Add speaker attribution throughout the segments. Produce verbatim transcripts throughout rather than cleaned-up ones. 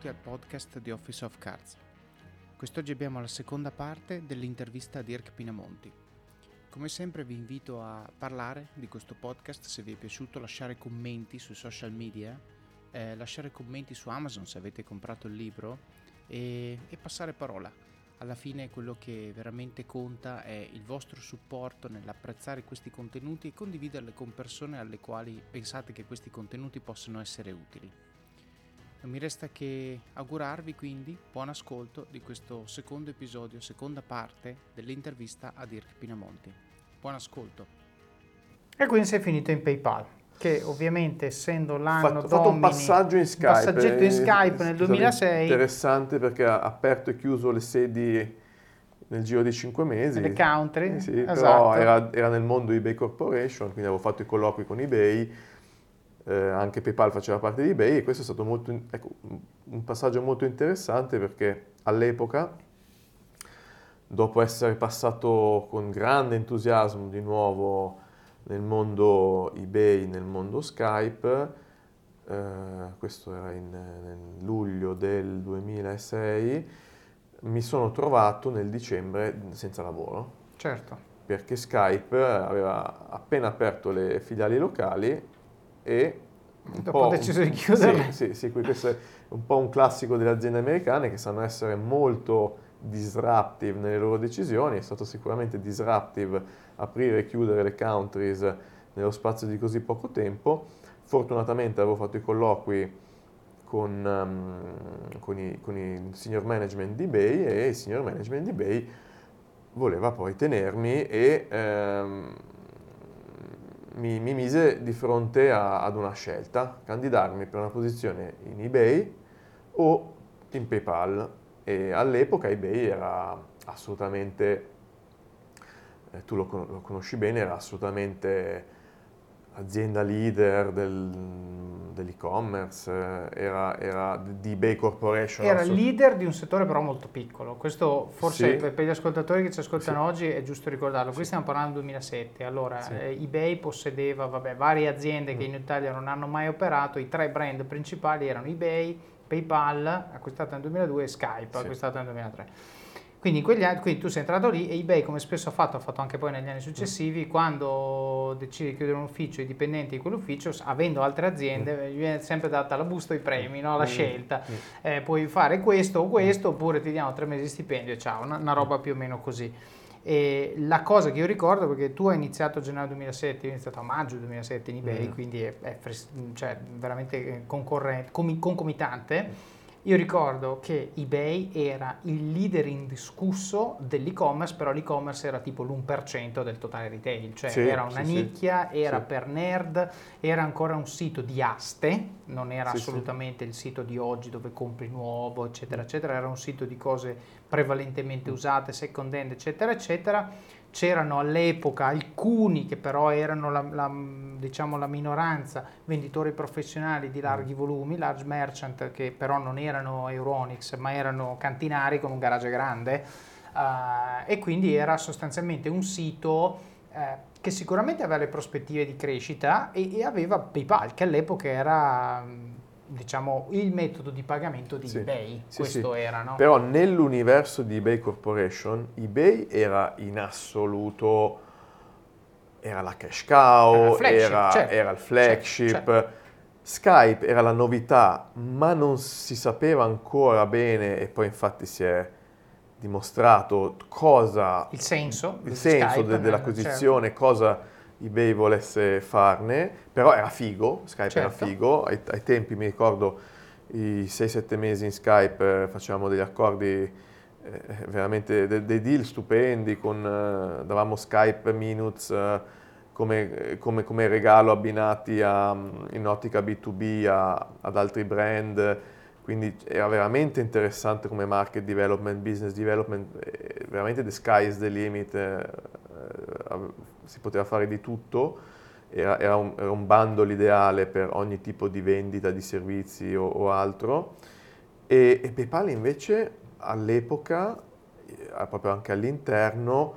Speaker 1: al podcast di Office of Cards. Quest'oggi abbiamo la seconda parte dell'intervista a Dirk Pinamonti. Come sempre vi invito a parlare di questo podcast se vi è piaciuto, lasciare commenti sui social media, eh, lasciare commenti su Amazon se avete comprato il libro e, e passare parola. Alla fine quello che veramente conta è il vostro supporto nell'apprezzare questi contenuti e condividerli con persone alle quali pensate che questi contenuti possano essere utili. Non mi resta che augurarvi quindi buon ascolto di questo secondo episodio, seconda parte dell'intervista a Dirk Pinamonti. Buon ascolto.
Speaker 2: E quindi sei finito in PayPal, che ovviamente essendo l'anno
Speaker 3: Ho fatto un passaggio in Skype,
Speaker 2: un passaggetto in Skype nel duemilasei.
Speaker 3: Interessante perché ha aperto e chiuso le sedi nel giro di cinque mesi.
Speaker 2: Le country,
Speaker 3: eh sì,
Speaker 2: esatto.
Speaker 3: Però era, era nel mondo eBay Corporation, quindi avevo fatto i colloqui con eBay. Eh, anche PayPal faceva parte di eBay e questo è stato molto, ecco, un passaggio molto interessante perché all'epoca, dopo essere passato con grande entusiasmo di nuovo nel mondo eBay, nel mondo Skype, eh, questo era in, in luglio del duemilasei, mi sono trovato nel dicembre senza lavoro.
Speaker 2: Certo.
Speaker 3: Perché Skype aveva appena aperto le filiali locali e un
Speaker 2: dopo
Speaker 3: po',
Speaker 2: ha deciso di chiuderle.
Speaker 3: Sì, sì, sì, questo è un po' un classico delle aziende americane che sanno essere molto disruptive nelle loro decisioni. È stato sicuramente disruptive aprire e chiudere le countries nello spazio di così poco tempo. Fortunatamente avevo fatto i colloqui con, um, con, i, con il senior management di eBay e il senior management di eBay voleva poi tenermi e ehm, mi, mi mise di fronte a, ad una scelta, candidarmi per una posizione in eBay o in PayPal. E all'epoca eBay era assolutamente, eh, tu lo, lo conosci bene, era assolutamente azienda leader del, dell'e-commerce, era, era di eBay Corporation.
Speaker 2: Era leader di un settore però molto piccolo. Questo forse
Speaker 3: Sì.
Speaker 2: per gli ascoltatori che ci ascoltano
Speaker 3: Sì.
Speaker 2: oggi è giusto ricordarlo. Qui
Speaker 3: Sì.
Speaker 2: stiamo parlando del duemilasette. Allora,
Speaker 3: Sì.
Speaker 2: eh, eBay possedeva vabbè, varie aziende
Speaker 3: Mm.
Speaker 2: che in Italia non hanno mai operato. I tre brand principali erano eBay, PayPal, acquistato nel duemiladue, e Skype,
Speaker 3: Sì.
Speaker 2: acquistato nel duemilatré. Quindi, in quegli anni, quindi tu sei entrato lì e eBay, come spesso ha fatto, ha fatto anche poi negli anni successivi, mm. quando decide di chiudere un ufficio, i dipendenti di quell'ufficio, avendo altre aziende, mm. gli viene sempre data la busta, i premi, no? La mm. scelta. Mm. Eh, puoi fare questo o questo, oppure ti diamo tre mesi di stipendio e ciao, una, una roba più o meno così. E la cosa che io ricordo, perché tu hai iniziato a gennaio duemilasette, io ho iniziato a maggio duemilasette in eBay, mm. quindi è, è fres- cioè, veramente concorrente, com- concomitante. Io ricordo che eBay era il leader indiscusso dell'e-commerce, però l'e-commerce era tipo l'uno per cento del totale retail, cioè
Speaker 3: sì,
Speaker 2: era una
Speaker 3: sì,
Speaker 2: nicchia,
Speaker 3: sì.
Speaker 2: era
Speaker 3: sì.
Speaker 2: per nerd, era ancora un sito di aste, non era
Speaker 3: sì,
Speaker 2: assolutamente
Speaker 3: sì.
Speaker 2: il sito di oggi dove compri nuovo, eccetera, eccetera, era un sito di cose prevalentemente usate, second hand, eccetera, eccetera. C'erano all'epoca alcuni che però erano la, la, diciamo la minoranza, venditori professionali di larghi volumi, large merchant, che però non erano Euronics ma erano cantinari con un garage grande, uh, e quindi era sostanzialmente un sito uh, che sicuramente aveva le prospettive di crescita e, e aveva PayPal, che all'epoca era, diciamo, il metodo di pagamento di sì, eBay,
Speaker 3: sì,
Speaker 2: questo
Speaker 3: sì.
Speaker 2: era, no?
Speaker 3: Però nell'universo di eBay Corporation, eBay era in assoluto, era la cash cow,
Speaker 2: era,
Speaker 3: era,
Speaker 2: certo,
Speaker 3: era il flagship,
Speaker 2: certo, certo.
Speaker 3: Skype era la novità, ma non si sapeva ancora bene e poi infatti si è dimostrato cosa,
Speaker 2: il senso,
Speaker 3: il senso
Speaker 2: Skype,
Speaker 3: de, dell'acquisizione, certo. Cosa eBay volesse farne, però era figo, Skype certo. era figo, ai, ai tempi mi ricordo i sei sette mesi in Skype eh, facevamo degli accordi eh, veramente, de, dei deal stupendi, con, eh, davamo Skype Minutes eh, come, come, come regalo abbinati a, in ottica B due B a, ad altri brand, quindi era veramente interessante come market development, business development, eh, veramente the sky is the limit, eh, eh, si poteva fare di tutto. Era, era, un, era un bundle ideale per ogni tipo di vendita di servizi o, o altro. E, e PayPal invece all'epoca, eh, proprio anche all'interno,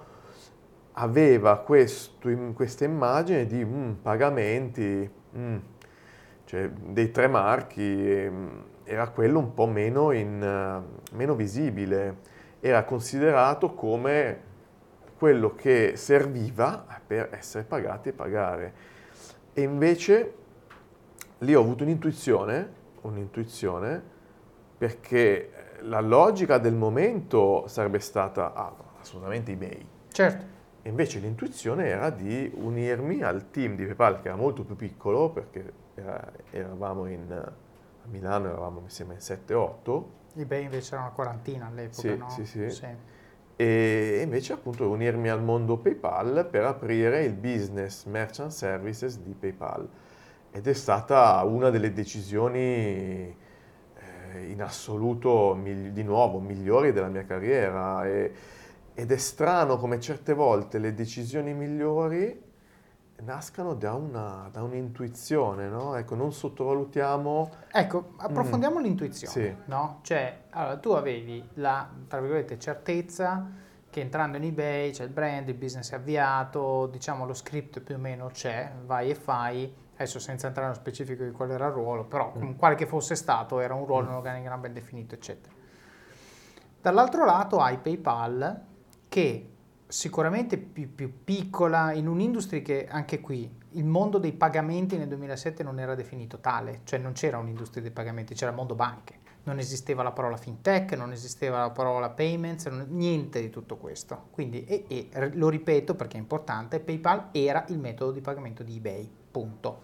Speaker 3: aveva questo, questa immagine di mm, pagamenti, mm, cioè dei tre marchi, era quello un po' meno, in, meno visibile, era considerato come quello che serviva per essere pagati e pagare. E invece lì ho avuto un'intuizione, un'intuizione, perché la logica del momento sarebbe stata ah, assolutamente eBay.
Speaker 2: Certo.
Speaker 3: E invece l'intuizione era di unirmi al team di PayPal, che era molto più piccolo, perché era, eravamo in, a Milano, eravamo mi sembra in sette otto.
Speaker 2: eBay invece era una quarantina all'epoca,
Speaker 3: Sì,
Speaker 2: no?
Speaker 3: sì, sì.
Speaker 2: Sì.
Speaker 3: E invece appunto unirmi al mondo PayPal per aprire il business merchant services di PayPal. Ed è stata una delle decisioni eh, in assoluto, di nuovo, migliori della mia carriera. E, ed è strano come certe volte le decisioni migliori nascano da, una, da un'intuizione, no? Ecco, non sottovalutiamo...
Speaker 2: Ecco, approfondiamo
Speaker 3: Mm,
Speaker 2: l'intuizione,
Speaker 3: sì.
Speaker 2: no? Cioè, allora, tu avevi la, tra virgolette, certezza che entrando in eBay c'è il brand, il business è avviato, diciamo lo script più o meno c'è, vai e fai, adesso senza entrare nello specifico di qual era il ruolo, però
Speaker 3: Mm.
Speaker 2: quale che fosse stato era un ruolo,
Speaker 3: Mm.
Speaker 2: un organigramma ben definito, eccetera. Dall'altro lato hai PayPal che sicuramente più, più piccola, in un'industria che anche qui il mondo dei pagamenti nel duemilasette non era definito tale, cioè non c'era un'industria dei pagamenti, c'era il mondo banche, non esisteva la parola fintech, non esisteva la parola payments, non- niente di tutto questo. Quindi, e, e lo ripeto perché è importante, PayPal era il metodo di pagamento di eBay, punto.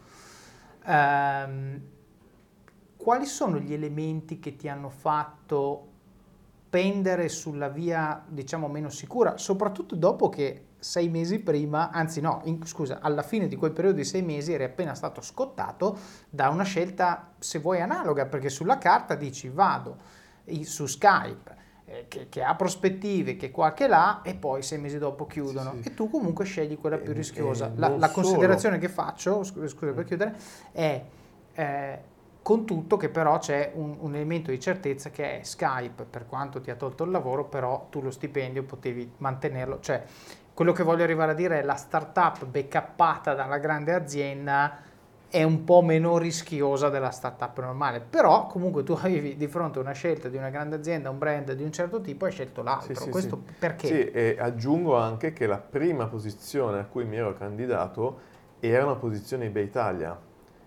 Speaker 2: Ehm, quali sono gli elementi che ti hanno fatto pendere sulla via, diciamo, meno sicura, soprattutto dopo che sei mesi prima, anzi no, in, scusa, alla fine di quel periodo di sei mesi eri appena stato scottato da una scelta, se vuoi, analoga, perché sulla carta dici vado i- su Skype, eh, che, che ha prospettive, che qua che là, e poi sei mesi dopo chiudono.
Speaker 3: Sì, sì.
Speaker 2: E tu comunque scegli quella più
Speaker 3: E-
Speaker 2: rischiosa.
Speaker 3: e
Speaker 2: La,
Speaker 3: non
Speaker 2: la
Speaker 3: solo.
Speaker 2: considerazione che faccio, scusa, scusa per
Speaker 3: Mm.
Speaker 2: chiudere, è... eh, con tutto che però c'è un, un elemento di certezza che è Skype, per quanto ti ha tolto il lavoro, però tu lo stipendio potevi mantenerlo. Cioè, quello che voglio arrivare a dire è la startup backuppata dalla grande azienda è un po' meno rischiosa della startup normale, però comunque tu avevi di fronte una scelta di una grande azienda, un brand di un certo tipo, hai scelto l'altro.
Speaker 3: Sì, sì,
Speaker 2: Questo
Speaker 3: sì.
Speaker 2: perché?
Speaker 3: Sì, e aggiungo anche che la prima posizione a cui mi ero candidato era una posizione eBay Italia.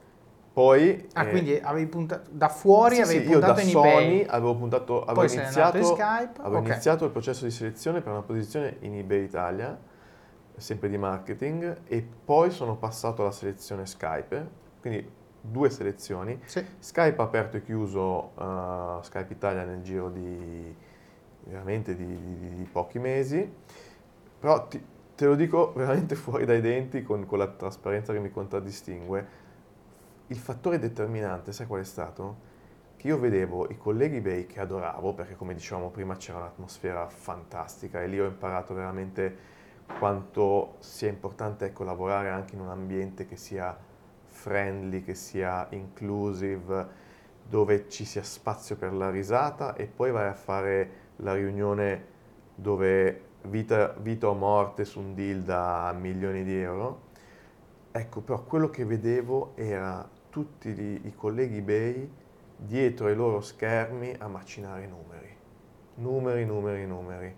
Speaker 3: Poi,
Speaker 2: Ah,
Speaker 3: eh,
Speaker 2: quindi avevi puntato da fuori,
Speaker 3: sì,
Speaker 2: avevi
Speaker 3: sì, io da
Speaker 2: puntato in
Speaker 3: Sony
Speaker 2: eBay,
Speaker 3: avevo puntato, avevo
Speaker 2: poi sei andato in
Speaker 3: iniziato,
Speaker 2: Skype,
Speaker 3: avevo
Speaker 2: ok.
Speaker 3: iniziato il processo di selezione per una posizione in eBay Italia, sempre di marketing, e poi sono passato alla selezione Skype, quindi due selezioni.
Speaker 2: Sì.
Speaker 3: Skype ha aperto e chiuso uh, Skype Italia nel giro di veramente di, di- di pochi mesi, però ti- te lo dico veramente fuori dai denti con, con la trasparenza che mi contraddistingue. Il fattore determinante, sai qual è stato? Che io vedevo i colleghi eBay che adoravo, perché come dicevamo prima c'era un'atmosfera fantastica e lì ho imparato veramente quanto sia importante, ecco, lavorare anche in un ambiente che sia friendly, che sia inclusive, dove ci sia spazio per la risata e poi vai a fare la riunione dove vita, vita o morte su un deal da milioni di euro. Ecco, però quello che vedevo era tutti i, i colleghi eBay dietro ai loro schermi a macinare numeri. Numeri, numeri, numeri.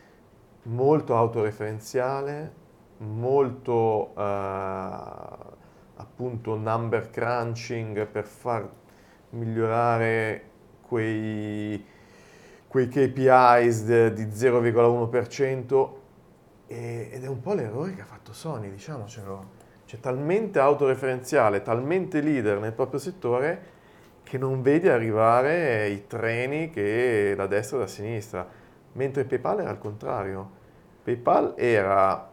Speaker 3: Molto autoreferenziale, molto eh, appunto number crunching per far migliorare quei, quei K P Is de- di zero virgola uno per cento e- ed è un po' l'errore che ha fatto Sony, diciamocelo. Cioè, talmente autoreferenziale, talmente leader nel proprio settore che non vedi arrivare i treni che da destra e da sinistra. Mentre PayPal era al contrario. PayPal era,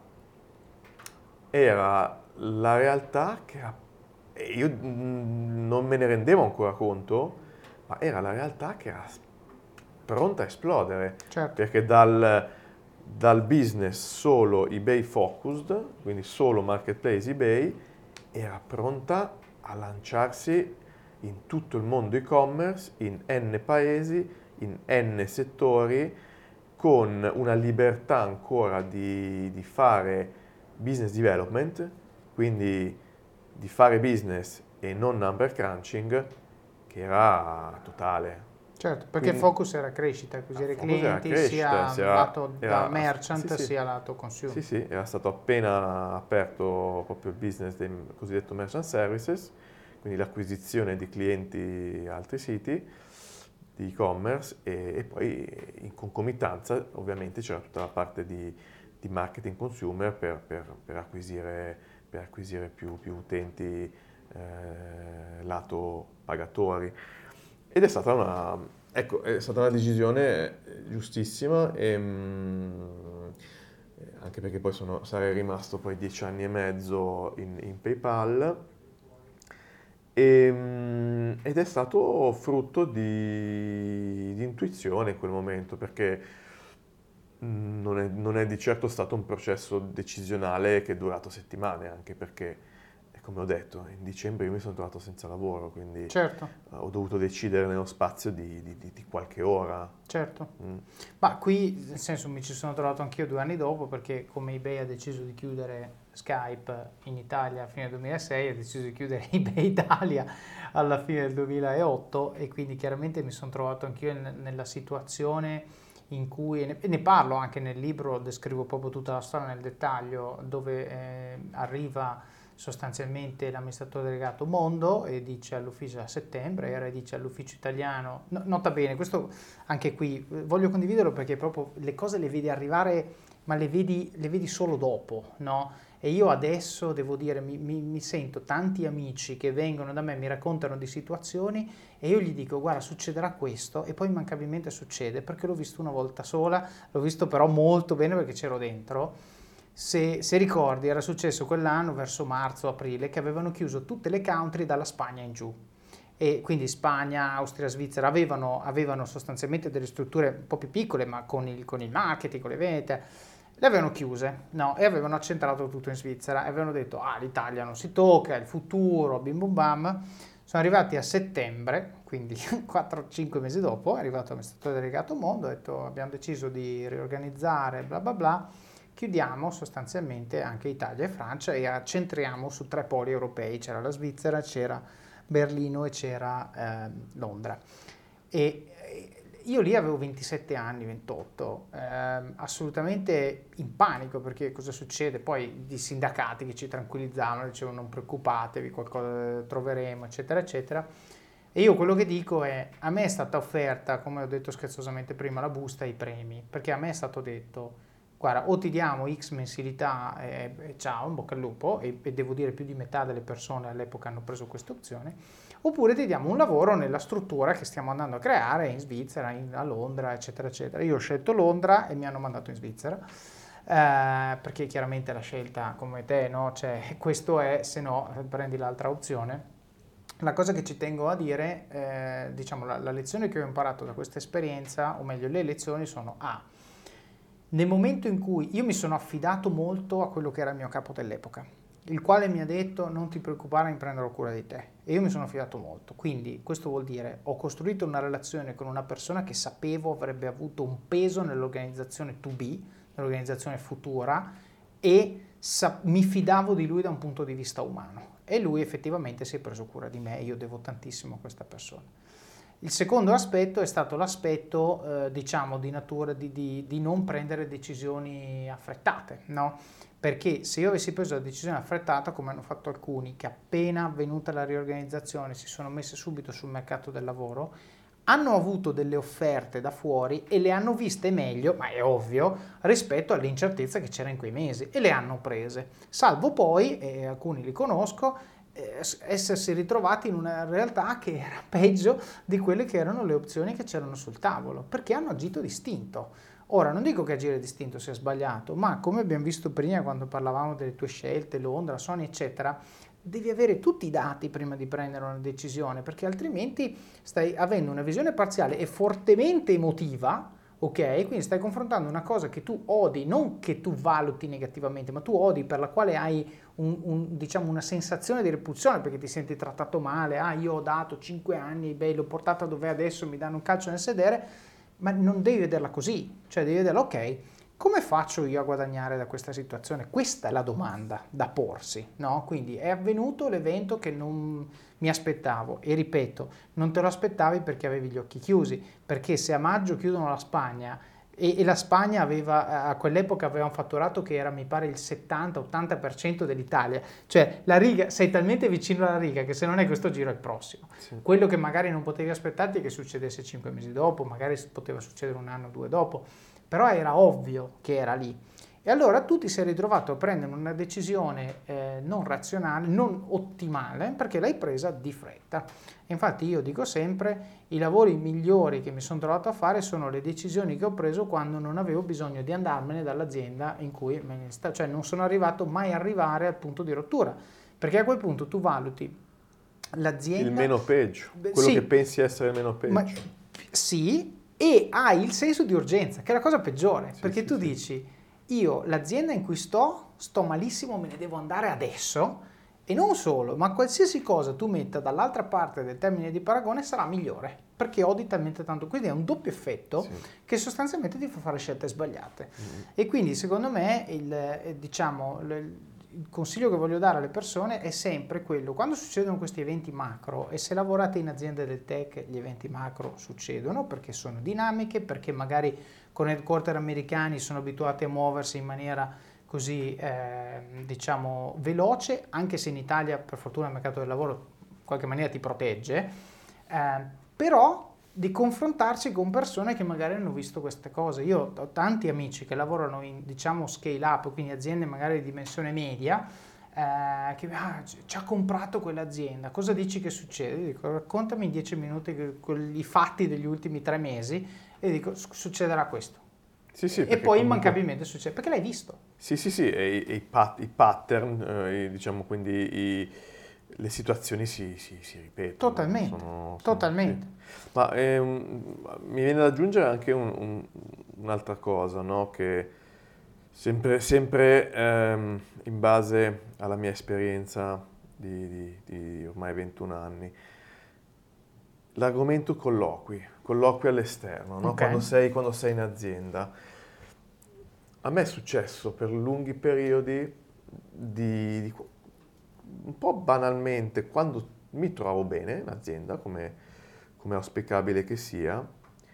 Speaker 3: era la realtà che era, e io mm, non me ne rendevo ancora conto, ma era la realtà che era pronta a esplodere.
Speaker 2: Certo.
Speaker 3: Perché dal, dal business solo eBay focused, quindi solo marketplace eBay, era pronta a lanciarsi in tutto il mondo e-commerce, in N paesi, in N settori, con una libertà ancora di, di fare business development, quindi di fare business e non number crunching, che era totale.
Speaker 2: Certo, perché il focus era crescita, acquisire
Speaker 3: il focus era
Speaker 2: clienti,
Speaker 3: crescita,
Speaker 2: sia
Speaker 3: si era-
Speaker 2: lato
Speaker 3: era-
Speaker 2: da merchant
Speaker 3: sì, sì.
Speaker 2: sia lato consumer.
Speaker 3: Sì, sì, era stato appena aperto proprio il business del cosiddetto merchant services, quindi l'acquisizione di clienti a altri siti di e-commerce e, e poi in concomitanza ovviamente c'era tutta la parte di, di marketing consumer per, per, per acquisire, per acquisire più, più utenti eh, lato pagatori. Ed è stata una, ecco, è stata una decisione giustissima, e, mm, anche perché poi sono, sarei rimasto poi dieci anni e mezzo in, in PayPal, e, mm, ed è stato frutto di, di intuizione in quel momento, perché mm, non è, non è di certo stato un processo decisionale che è durato settimane, anche perché, come ho detto, in dicembre io mi sono trovato senza lavoro, quindi
Speaker 2: Certo,
Speaker 3: eh, ho dovuto decidere nello spazio di, di- di- di qualche ora.
Speaker 2: certo.
Speaker 3: Mm.
Speaker 2: Ma qui, nel senso, mi ci sono trovato anch'io due anni dopo, perché come eBay ha deciso di chiudere Skype in Italia a fine duemilasei, ha deciso di chiudere eBay Italia alla fine del duemilaotto, e quindi chiaramente mi sono trovato anch'io in- nella situazione in cui, e ne, e ne parlo anche nel libro, descrivo proprio tutta la storia nel dettaglio, dove eh, arriva sostanzialmente l'amministratore delegato Mondo e dice all'ufficio a settembre, era e dice all'ufficio italiano, no, nota bene, questo anche qui eh, voglio condividerlo perché proprio le cose le vedi arrivare, ma le vedi, le vedi solo dopo, no? E io adesso devo dire, mi, mi, mi sento tanti amici che vengono da me, mi raccontano di situazioni e io gli dico guarda succederà questo, e poi immancabilmente succede, perché l'ho visto una volta sola, l'ho visto però molto bene perché c'ero dentro. Se, se ricordi, era successo quell'anno verso marzo-aprile che avevano chiuso tutte le country dalla Spagna in giù, e quindi Spagna, Austria, Svizzera avevano, avevano sostanzialmente delle strutture un po' più piccole, ma con il, con il marketing, con le vendite, le avevano chiuse, no? E avevano accentrato tutto in Svizzera e avevano detto ah l'Italia non si tocca, è il futuro, bim bum bam. Sono arrivati a settembre, quindi quattro cinque mesi dopo, è arrivato l'amministratore delegato Mondo, ha detto abbiamo deciso di riorganizzare, bla bla bla, chiudiamo sostanzialmente anche Italia e Francia e accentriamo su tre poli europei, c'era la Svizzera, c'era Berlino e c'era eh, Londra. E io lì avevo ventisette anni, ventotto, ehm, assolutamente in panico, perché cosa succede? Poi i sindacati che ci tranquillizzavano, dicevano non preoccupatevi, qualcosa troveremo, eccetera, eccetera. E io quello che dico è, a me è stata offerta, come ho detto scherzosamente prima, la busta e i premi, perché a me è stato detto, guarda, o ti diamo X mensilità e, e ciao, in bocca al lupo, e, e devo dire più di metà delle persone all'epoca hanno preso questa opzione, oppure ti diamo un lavoro nella struttura che stiamo andando a creare in Svizzera, in, a Londra, eccetera, eccetera. Io ho scelto Londra e mi hanno mandato in Svizzera, eh, perché chiaramente la scelta come te, no? Cioè, questo è, se no prendi l'altra opzione. La cosa che ci tengo a dire, eh, diciamo, la, la lezione che ho imparato da questa esperienza, o meglio le lezioni sono A. Nel momento in cui io mi sono affidato molto a quello che era il mio capo dell'epoca, il quale mi ha detto non ti preoccupare, mi prenderò cura di te, e io mi sono affidato molto, quindi questo vuol dire ho costruito una relazione con una persona che sapevo avrebbe avuto un peso nell'organizzazione to be, nell'organizzazione futura, e sa- mi fidavo di lui da un punto di vista umano, e lui effettivamente si è preso cura di me e io devo tantissimo a questa persona. Il secondo aspetto è stato l'aspetto, eh, diciamo, di natura di, di, di non prendere decisioni affrettate, no? Perché se io avessi preso la decisione affrettata, come hanno fatto alcuni, che appena avvenuta la riorganizzazione si sono messe subito sul mercato del lavoro, hanno avuto delle offerte da fuori e le hanno viste meglio, ma è ovvio, rispetto all'incertezza che c'era in quei mesi, e le hanno prese. Salvo poi, e alcuni li conosco, essersi ritrovati in una realtà che era peggio di quelle che erano le opzioni che c'erano sul tavolo, perché hanno agito distinto. Ora, non dico che agire distinto sia sbagliato, ma come abbiamo visto prima quando parlavamo delle tue scelte, Londra, Sony, eccetera, devi avere tutti i dati prima di prendere una decisione, perché altrimenti stai avendo una visione parziale e fortemente emotiva, ok? Quindi stai confrontando una cosa che tu odi, non che tu valuti negativamente, ma tu odi, per la quale hai un, un, diciamo una sensazione di repulsione perché ti senti trattato male. Ah, io ho dato cinque anni, beh, l'ho portata dove adesso mi danno un calcio nel sedere, ma non devi vederla così, cioè devi vederla, ok, come faccio io a guadagnare da questa situazione? Questa è la domanda da porsi, no? Quindi è avvenuto l'evento che non mi aspettavo e ripeto, non te lo aspettavi perché avevi gli occhi chiusi, perché se a maggio chiudono la Spagna e, e la Spagna aveva, a quell'epoca aveva un fatturato che era mi pare il settanta ottanta per cento dell'Italia, cioè la riga, sei talmente vicino alla riga che se non è questo giro è il prossimo. Sì. Quello che magari non potevi aspettarti è che succedesse cinque mesi dopo, magari poteva succedere un anno o due dopo, però era ovvio che era lì. E allora tu ti sei ritrovato a prendere una decisione eh, non razionale, non ottimale, perché l'hai presa di fretta. E infatti io dico sempre, i lavori migliori che mi sono trovato a fare sono le decisioni che ho preso quando non avevo bisogno di andarmene dall'azienda in cui me ne sta, cioè non sono arrivato mai a arrivare al punto di rottura, perché a quel punto tu valuti l'azienda...
Speaker 3: Il meno peggio, quello
Speaker 2: sì,
Speaker 3: che pensi essere il meno peggio.
Speaker 2: Ma, sì, e hai il senso di urgenza, che è la cosa peggiore, sì, perché sì, tu sì. dici... Io, l'azienda in cui sto, sto malissimo, me ne devo andare adesso e non solo, ma qualsiasi cosa tu metta dall'altra parte del termine di paragone sarà migliore, perché odi talmente tanto. Quindi è un doppio effetto sì. che sostanzialmente ti fa fare scelte sbagliate. Mm. E quindi secondo me il, diciamo, il consiglio che voglio dare alle persone è sempre quello, quando succedono questi eventi macro, e se lavorate in aziende del tech gli eventi macro succedono perché sono dinamiche, perché magari con headquarter americani sono abituati a muoversi in maniera così eh, diciamo veloce, anche se in Italia per fortuna il mercato del lavoro in qualche maniera ti protegge, eh, però di confrontarsi con persone che magari hanno visto queste cose. Io ho tanti amici che lavorano in diciamo scale up, quindi aziende magari di dimensione media, eh, che ah, ci ha comprato quell'azienda, cosa dici che succede? Io dico, raccontami in dieci minuti che, i fatti degli ultimi tre mesi e dico succederà questo.
Speaker 3: Sì, sì,
Speaker 2: e poi
Speaker 3: comunque...
Speaker 2: immancabilmente succede, perché l'hai visto.
Speaker 3: Sì, sì, sì, e, e i, pat- i pattern, eh, diciamo quindi i, le situazioni si, si, si ripetono.
Speaker 2: Totalmente,
Speaker 3: sono, sono,
Speaker 2: totalmente.
Speaker 3: Sì. Ma ehm, mi viene da aggiungere anche un, un, un'altra cosa, no? Che sempre, sempre ehm, in base alla mia esperienza di, di, di ormai ventuno anni, l'argomento colloqui, colloqui all'esterno, no?
Speaker 2: Okay.
Speaker 3: Quando sei, quando sei in azienda. A me è successo per lunghi periodi di, di un po' banalmente, quando mi trovo bene in azienda, come, come è auspicabile che sia,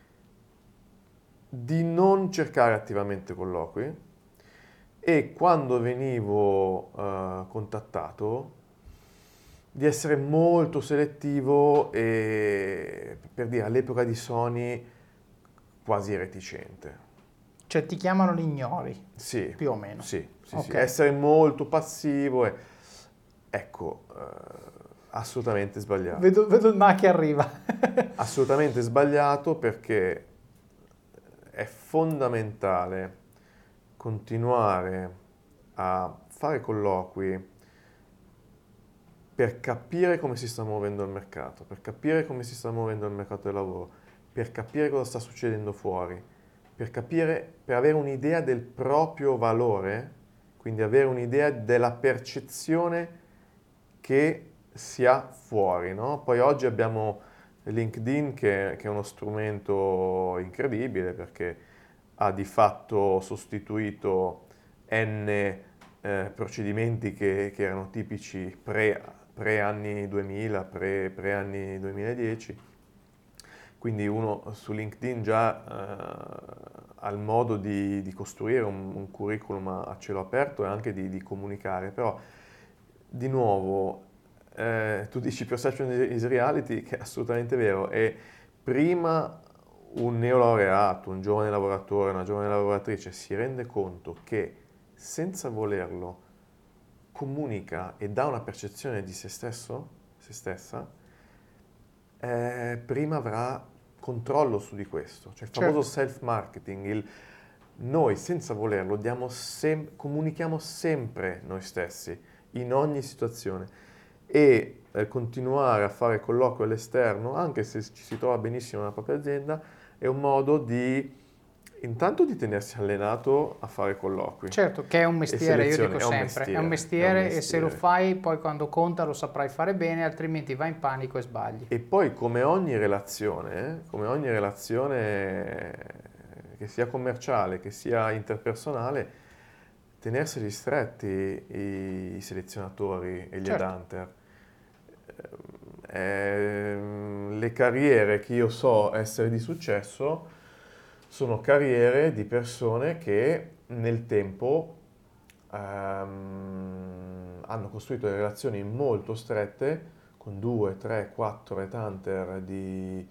Speaker 3: di non cercare attivamente colloqui e quando venivo uh, contattato di essere molto selettivo e, per dire, all'epoca di Sony quasi reticente.
Speaker 2: Cioè ti chiamano l'ignori,
Speaker 3: sì,
Speaker 2: più o meno.
Speaker 3: Sì, sì,
Speaker 2: okay.
Speaker 3: sì. Essere molto passivo e ecco, eh, assolutamente sbagliato.
Speaker 2: Vedo, vedo il ma che arriva.
Speaker 3: Assolutamente sbagliato, perché è fondamentale continuare a fare colloqui per capire come si sta muovendo il mercato, per capire come si sta muovendo il mercato del lavoro, per capire cosa sta succedendo fuori, per capire, per avere un'idea del proprio valore, quindi avere un'idea della percezione che si ha fuori, no? Poi oggi abbiamo LinkedIn che, che è uno strumento incredibile, perché ha di fatto sostituito n eh, procedimenti che, che erano tipici pre, pre anni duemila, pre, pre anni duemiladieci. Quindi uno su LinkedIn già eh, ha il modo di, di costruire un, un curriculum a cielo aperto e anche di, di comunicare, però di nuovo eh, tu dici perception is reality, che è assolutamente vero, e prima un neolaureato, un giovane lavoratore, una giovane lavoratrice si rende conto che senza volerlo comunica e dà una percezione di se stesso, se stessa, eh, prima avrà controllo su di questo, cioè il famoso certo. self-marketing, il noi senza volerlo diamo sem- comunichiamo sempre noi stessi, in ogni situazione, e eh, continuare a fare colloqui all'esterno, anche se ci si trova benissimo nella propria azienda, è un modo di intanto di tenersi allenato a fare colloqui.
Speaker 2: Certo, che è un mestiere, io dico
Speaker 3: è
Speaker 2: sempre,
Speaker 3: un mestiere,
Speaker 2: è, un mestiere,
Speaker 3: è un mestiere
Speaker 2: e se lo fai poi quando conta lo saprai fare bene, altrimenti vai in panico e sbagli.
Speaker 3: E poi come ogni relazione, come ogni relazione che sia commerciale, che sia interpersonale, tenerseli stretti i, i selezionatori e gli
Speaker 2: Certo.
Speaker 3: headhunter. Eh, le carriere che io so essere di successo sono carriere di persone che nel tempo ehm, hanno costruito delle relazioni molto strette con due, tre, quattro headhunter di,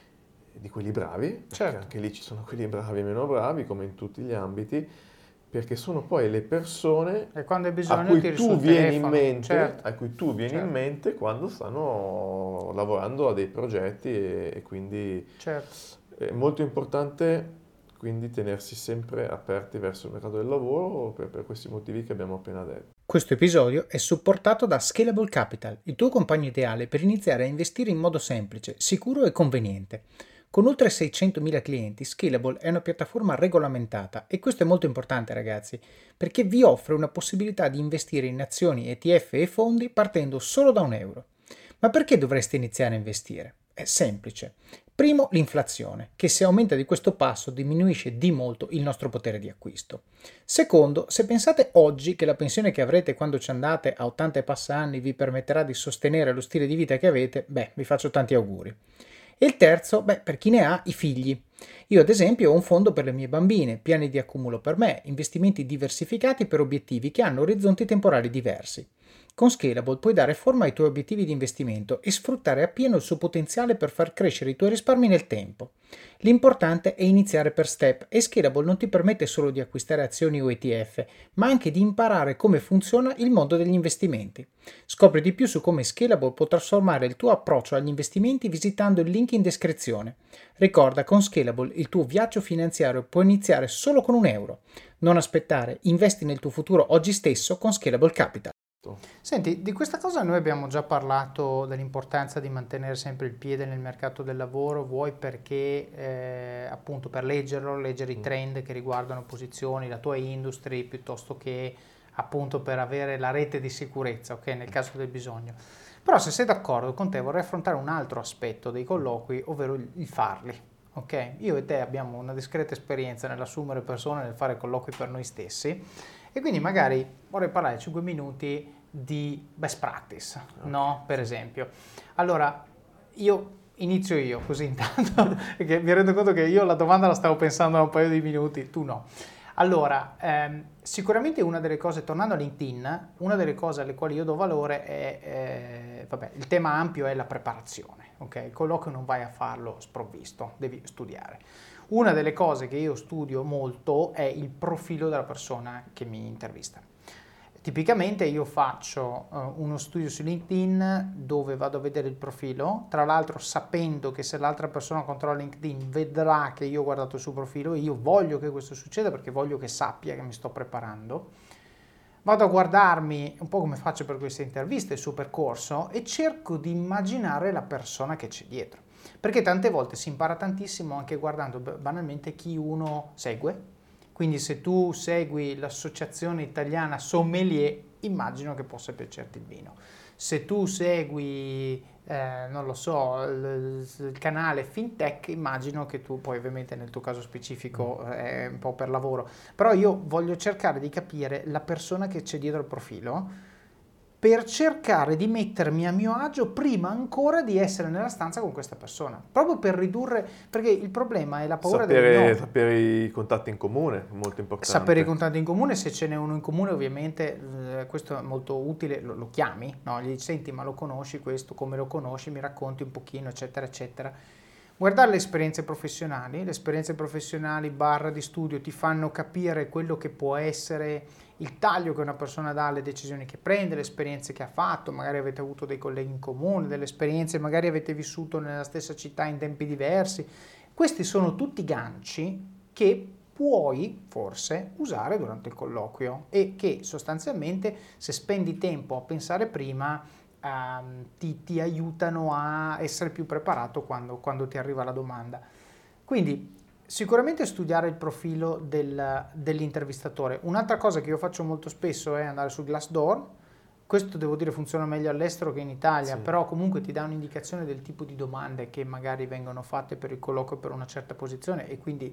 Speaker 3: di quelli bravi, perché
Speaker 2: Certo.
Speaker 3: anche lì ci sono quelli bravi e meno bravi, come in tutti gli ambiti, perché sono poi le persone
Speaker 2: E quando hai
Speaker 3: a
Speaker 2: bisogno
Speaker 3: cui
Speaker 2: tiri
Speaker 3: tu
Speaker 2: sul
Speaker 3: vieni in
Speaker 2: telefono.
Speaker 3: mente,
Speaker 2: Certo.
Speaker 3: a cui tu vieni
Speaker 2: Certo.
Speaker 3: in mente quando stanno lavorando a dei progetti e, e quindi
Speaker 2: Certo.
Speaker 3: è molto importante quindi tenersi sempre aperti verso il mercato del lavoro per, per questi motivi che abbiamo appena detto.
Speaker 1: Questo episodio è supportato da Scalable Capital, il tuo compagno ideale per iniziare a investire in modo semplice, sicuro e conveniente. Con oltre seicentomila clienti, Scalable è una piattaforma regolamentata e questo è molto importante, ragazzi, perché vi offre una possibilità di investire in azioni, E T F e fondi partendo solo da un euro. Ma perché dovreste iniziare a investire? È semplice. Primo, l'inflazione, che se aumenta di questo passo diminuisce di molto il nostro potere di acquisto. Secondo, se pensate oggi che la pensione che avrete quando ci andate a ottanta e passa anni vi permetterà di sostenere lo stile di vita che avete, beh, vi faccio tanti auguri. E il terzo, beh, per chi ne ha, i figli. Io ad esempio ho un fondo per le mie bambine, piani di accumulo per me, investimenti diversificati per obiettivi che hanno orizzonti temporali diversi. Con Scalable puoi dare forma ai tuoi obiettivi di investimento e sfruttare appieno il suo potenziale per far crescere i tuoi risparmi nel tempo. L'importante è iniziare per step e Scalable non ti permette solo di acquistare azioni o E T F, ma anche di imparare come funziona il mondo degli investimenti. Scopri di più su come Scalable può trasformare il tuo approccio agli investimenti visitando il link in descrizione. Ricorda, con Scalable il tuo viaggio finanziario può iniziare solo con un euro. Non aspettare, investi nel tuo futuro oggi stesso con Scalable Capital.
Speaker 2: Senti, di questa cosa noi abbiamo già parlato dell'importanza di mantenere sempre il piede nel mercato del lavoro, vuoi perché eh, appunto per leggerlo, leggere i trend che riguardano posizioni, la tua industry, piuttosto che appunto per avere la rete di sicurezza, ok, nel caso del bisogno. Però se sei d'accordo con te vorrei affrontare un altro aspetto dei colloqui, ovvero il, il farli. Ok, io e te abbiamo una discreta esperienza nell'assumere persone, nel fare colloqui per noi stessi e quindi magari vorrei parlare cinque minuti di best practice, okay. No? Per esempio. Allora, io inizio io così intanto, perché mi rendo conto che io la domanda la stavo pensando da un paio di minuti, tu no. Allora, ehm, sicuramente una delle cose, tornando a LinkedIn, una delle cose alle quali io do valore è, eh, vabbè, il tema ampio è la preparazione, ok? Il colloquio non vai a farlo sprovvisto, devi studiare. Una delle cose che io studio molto è il profilo della persona che mi intervista. Tipicamente io faccio uh, uno studio su LinkedIn dove vado a vedere il profilo, tra l'altro sapendo che se l'altra persona controlla LinkedIn vedrà che io ho guardato il suo profilo e io voglio che questo succeda perché voglio che sappia che mi sto preparando. Vado a guardarmi, un po' come faccio per queste interviste, il suo percorso e cerco di immaginare la persona che c'è dietro. Perché tante volte si impara tantissimo anche guardando banalmente chi uno segue. Quindi se tu segui l'associazione italiana sommelier, immagino che possa piacerti il vino. Se tu segui, eh, non lo so, il, il canale FinTech, immagino che tu, poi ovviamente nel tuo caso specifico è un po' per lavoro, però io voglio cercare di capire la persona che c'è dietro il profilo per cercare di mettermi a mio agio prima ancora di essere nella stanza con questa persona, proprio per ridurre, perché il problema è la paura
Speaker 3: sapere,
Speaker 2: del no.
Speaker 3: Sapere i contatti in comune, molto importante.
Speaker 2: Sapere i contatti in comune, se ce n'è uno in comune ovviamente eh, questo è molto utile, lo, lo chiami, no? Gli dici, senti ma lo conosci questo, come lo conosci, mi racconti un pochino eccetera eccetera. Guardare le esperienze professionali, le esperienze professionali barra di studio ti fanno capire quello che può essere il taglio che una persona dà alle decisioni che prende, le esperienze che ha fatto, magari avete avuto dei colleghi in comune, delle esperienze, magari avete vissuto nella stessa città in tempi diversi. Questi sono tutti ganci che puoi forse usare durante il colloquio e che sostanzialmente se spendi tempo a pensare prima um, ti, ti aiutano a essere più preparato quando, quando ti arriva la domanda. Quindi sicuramente studiare il profilo del, dell'intervistatore. Un'altra cosa che io faccio molto spesso è andare su Glassdoor. Questo devo dire funziona meglio all'estero che in Italia, sì. Però comunque ti dà un'indicazione del tipo di domande che magari vengono fatte per il colloquio per una certa posizione e quindi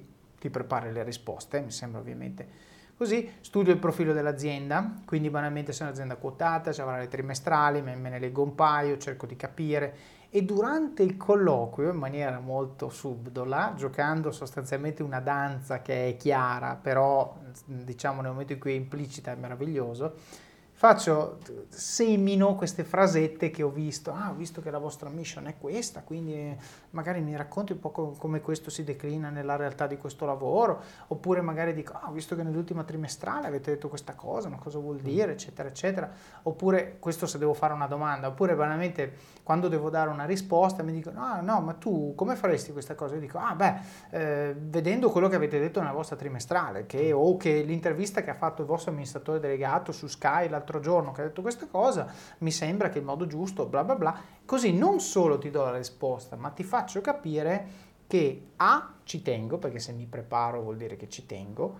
Speaker 2: ti prepari le risposte, mi sembra ovviamente così. Studio il profilo dell'azienda, quindi banalmente se è un'azienda quotata, ci avrà le trimestrali, me, me ne leggo un paio, cerco di capire, e durante il colloquio, in maniera molto subdola, giocando sostanzialmente una danza che è chiara, però diciamo nel momento in cui è implicita è meraviglioso, faccio, semino queste frasette che ho visto. Ah, ho visto che la vostra mission è questa, quindi magari mi racconti un po' come questo si declina nella realtà di questo lavoro, oppure magari dico, ah, ho visto che nell'ultima trimestrale avete detto questa cosa, ma cosa vuol dire, eccetera, eccetera. Oppure, questo se devo fare una domanda, oppure banalmente quando devo dare una risposta mi dicono, ah, no, ma tu come faresti questa cosa? Io dico, ah, beh, eh, vedendo quello che avete detto nella vostra trimestrale, che, o che l'intervista che ha fatto il vostro amministratore delegato su Sky l'altro giorno, che ha detto questa cosa, mi sembra che il modo giusto, bla bla bla, così non solo ti do la risposta, ma ti faccio capire che A, ci tengo, perché se mi preparo vuol dire che ci tengo,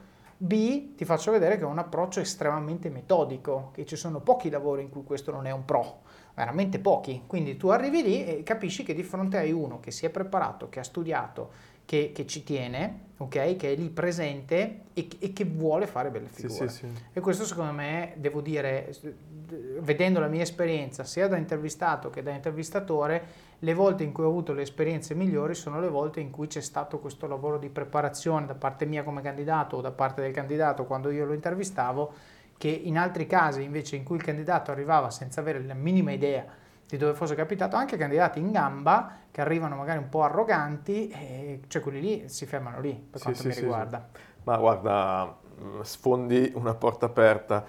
Speaker 2: B, ti faccio vedere che ho un approccio estremamente metodico, che ci sono pochi lavori in cui questo non è un pro, veramente pochi, quindi tu arrivi lì e capisci che di fronte hai uno che si è preparato, che ha studiato, che, che ci tiene, ok, che è lì presente e, e che vuole fare belle figure.
Speaker 3: Sì, sì, sì.
Speaker 2: E questo secondo me, devo dire, vedendo la mia esperienza sia da intervistato che da intervistatore, le volte in cui ho avuto le esperienze migliori sono le volte in cui c'è stato questo lavoro di preparazione da parte mia come candidato o da parte del candidato quando io lo intervistavo, che in altri casi invece in cui il candidato arrivava senza avere la minima idea di dove fosse capitato, anche candidati in gamba che arrivano magari un po' arroganti, e cioè quelli lì si fermano lì per
Speaker 3: Sì,
Speaker 2: quanto
Speaker 3: sì,
Speaker 2: mi
Speaker 3: sì,
Speaker 2: riguarda.
Speaker 3: sì. Ma guarda, sfondi una porta aperta.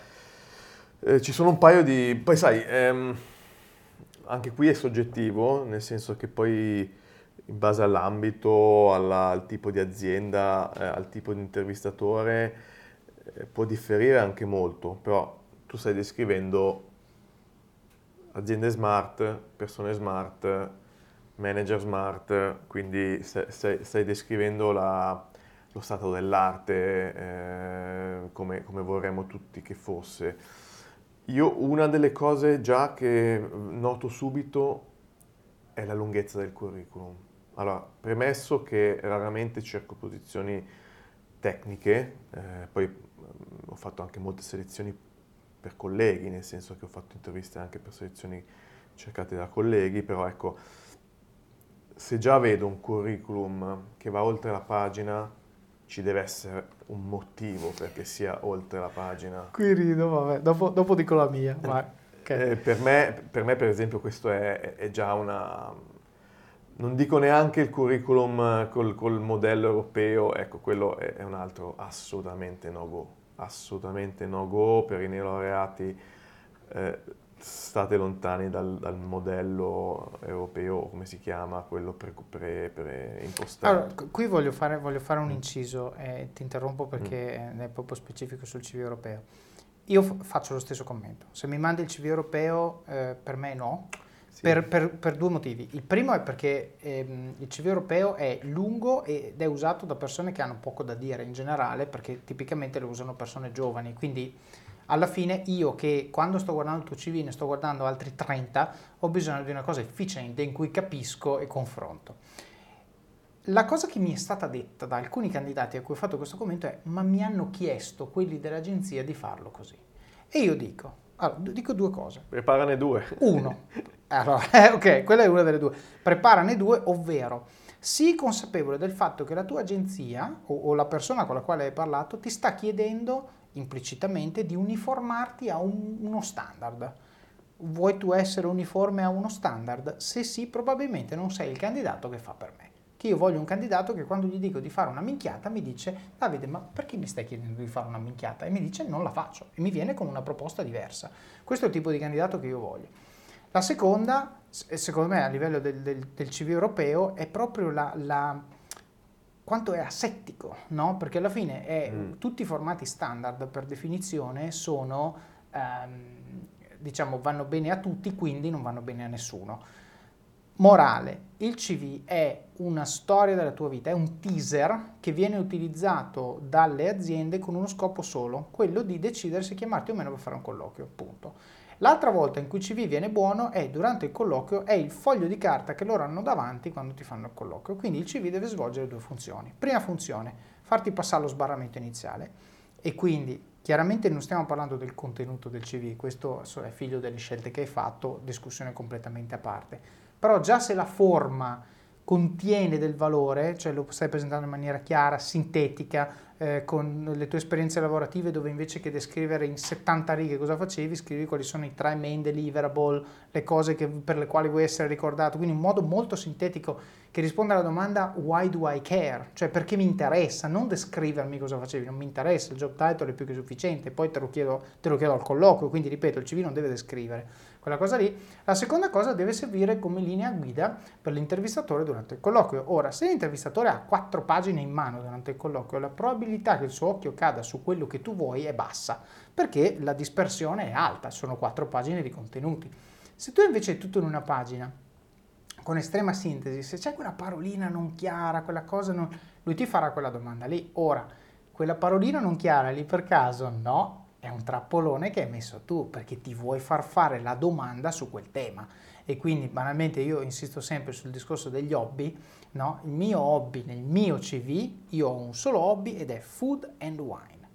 Speaker 3: Eh, ci sono un paio di... Poi sai, ehm, anche qui è soggettivo, nel senso che poi in base all'ambito, alla- al tipo di azienda, eh, al tipo di intervistatore, eh, può differire anche molto, però tu stai descrivendo aziende smart, persone smart, manager smart, quindi stai, stai- stai descrivendo la- lo stato dell'arte, eh, come, come vorremmo tutti che fosse. Io una delle cose già che noto subito è la lunghezza del curriculum. Allora, premesso che raramente cerco posizioni tecniche, eh, poi mh, ho fatto anche molte selezioni per colleghi, nel senso che ho fatto interviste anche per selezioni cercate da colleghi, però ecco, se già vedo un curriculum che va oltre la pagina, ci deve essere un motivo perché sia oltre la pagina.
Speaker 2: Qui rido, vabbè, dopo, dopo dico la mia. Vai. Okay.
Speaker 3: Eh, per me, per me, per esempio, questo è, è già una... Non dico neanche il curriculum col, col modello europeo, ecco, quello è, è un altro assolutamente no go. Assolutamente no go per i neolaureati. Eh, state lontani dal, dal modello europeo, come si chiama, quello pre, pre, pre impostato.
Speaker 2: Allora, qui voglio fare, voglio fare un inciso e ti interrompo perché mm. è proprio specifico sul C V europeo. Io f- faccio lo stesso commento. Se mi mandi il C V europeo, eh, per me no, sì. per, per, per due motivi. Il primo è perché ehm, il C V europeo è lungo ed è usato da persone che hanno poco da dire in generale, perché tipicamente lo usano persone giovani, quindi alla fine io che quando sto guardando il tuo C V ne sto guardando altri trenta, ho bisogno di una cosa efficiente in cui capisco e confronto. La cosa che mi è stata detta da alcuni candidati a cui ho fatto questo commento è: ma mi hanno chiesto quelli dell'agenzia di farlo così. E io dico, allora, dico due cose.
Speaker 3: Preparane due.
Speaker 2: Uno, allora, eh, ok, quella è una delle due. Preparane due, ovvero sii consapevole del fatto che la tua agenzia o, o la persona con la quale hai parlato ti sta chiedendo implicitamente di uniformarti a un, uno standard. Vuoi tu essere uniforme a uno standard? Se sì, probabilmente non sei il candidato che fa per me. Che io voglio un candidato che quando gli dico di fare una minchiata mi dice: Davide, ma perché mi stai chiedendo di fare una minchiata? E mi dice: non la faccio, e mi viene con una proposta diversa. Questo è il tipo di candidato che io voglio. La seconda, secondo me a livello del, del, del C V europeo, è proprio la, la quanto è asettico, no? Perché alla fine è, mm. tutti i formati standard per definizione sono, ehm, diciamo, vanno bene a tutti, quindi non vanno bene a nessuno. Morale, il C V è una storia della tua vita, è un teaser che viene utilizzato dalle aziende con uno scopo solo, quello di decidere se chiamarti o meno per fare un colloquio, punto. L'altra volta in cui il C V viene buono è durante il colloquio, è il foglio di carta che loro hanno davanti quando ti fanno il colloquio, quindi il C V deve svolgere due funzioni. Prima funzione, farti passare lo sbarramento iniziale. E quindi chiaramente non stiamo parlando del contenuto del C V, questo è figlio delle scelte che hai fatto, discussione completamente a parte. Però già se la forma contiene del valore, cioè lo stai presentando in maniera chiara, sintetica, eh, con le tue esperienze lavorative, dove invece che descrivere in settanta righe cosa facevi, scrivi quali sono i tre main deliverable, le cose che, per le quali vuoi essere ricordato, quindi in modo molto sintetico che risponde alla domanda why do I care? Cioè perché mi interessa, non descrivermi cosa facevi, non mi interessa, il job title è più che sufficiente, poi te lo chiedo, te lo chiedo al colloquio, quindi ripeto, il C V non deve descrivere quella cosa lì. La seconda cosa deve servire come linea guida per l'intervistatore durante il colloquio. Ora, se l'intervistatore ha quattro pagine in mano durante il colloquio, la probabilità che il suo occhio cada su quello che tu vuoi è bassa, perché la dispersione è alta, sono quattro pagine di contenuti. Se tu invece hai tutto in una pagina, con estrema sintesi, se c'è quella parolina non chiara, quella cosa non... lui ti farà quella domanda lì. Ora, quella parolina non chiara lì per caso? No, è un trappolone che hai messo tu, perché ti vuoi far fare la domanda su quel tema. E quindi banalmente io insisto sempre sul discorso degli hobby, no? Il mio hobby nel mio C V, io ho un solo hobby ed è food and wine.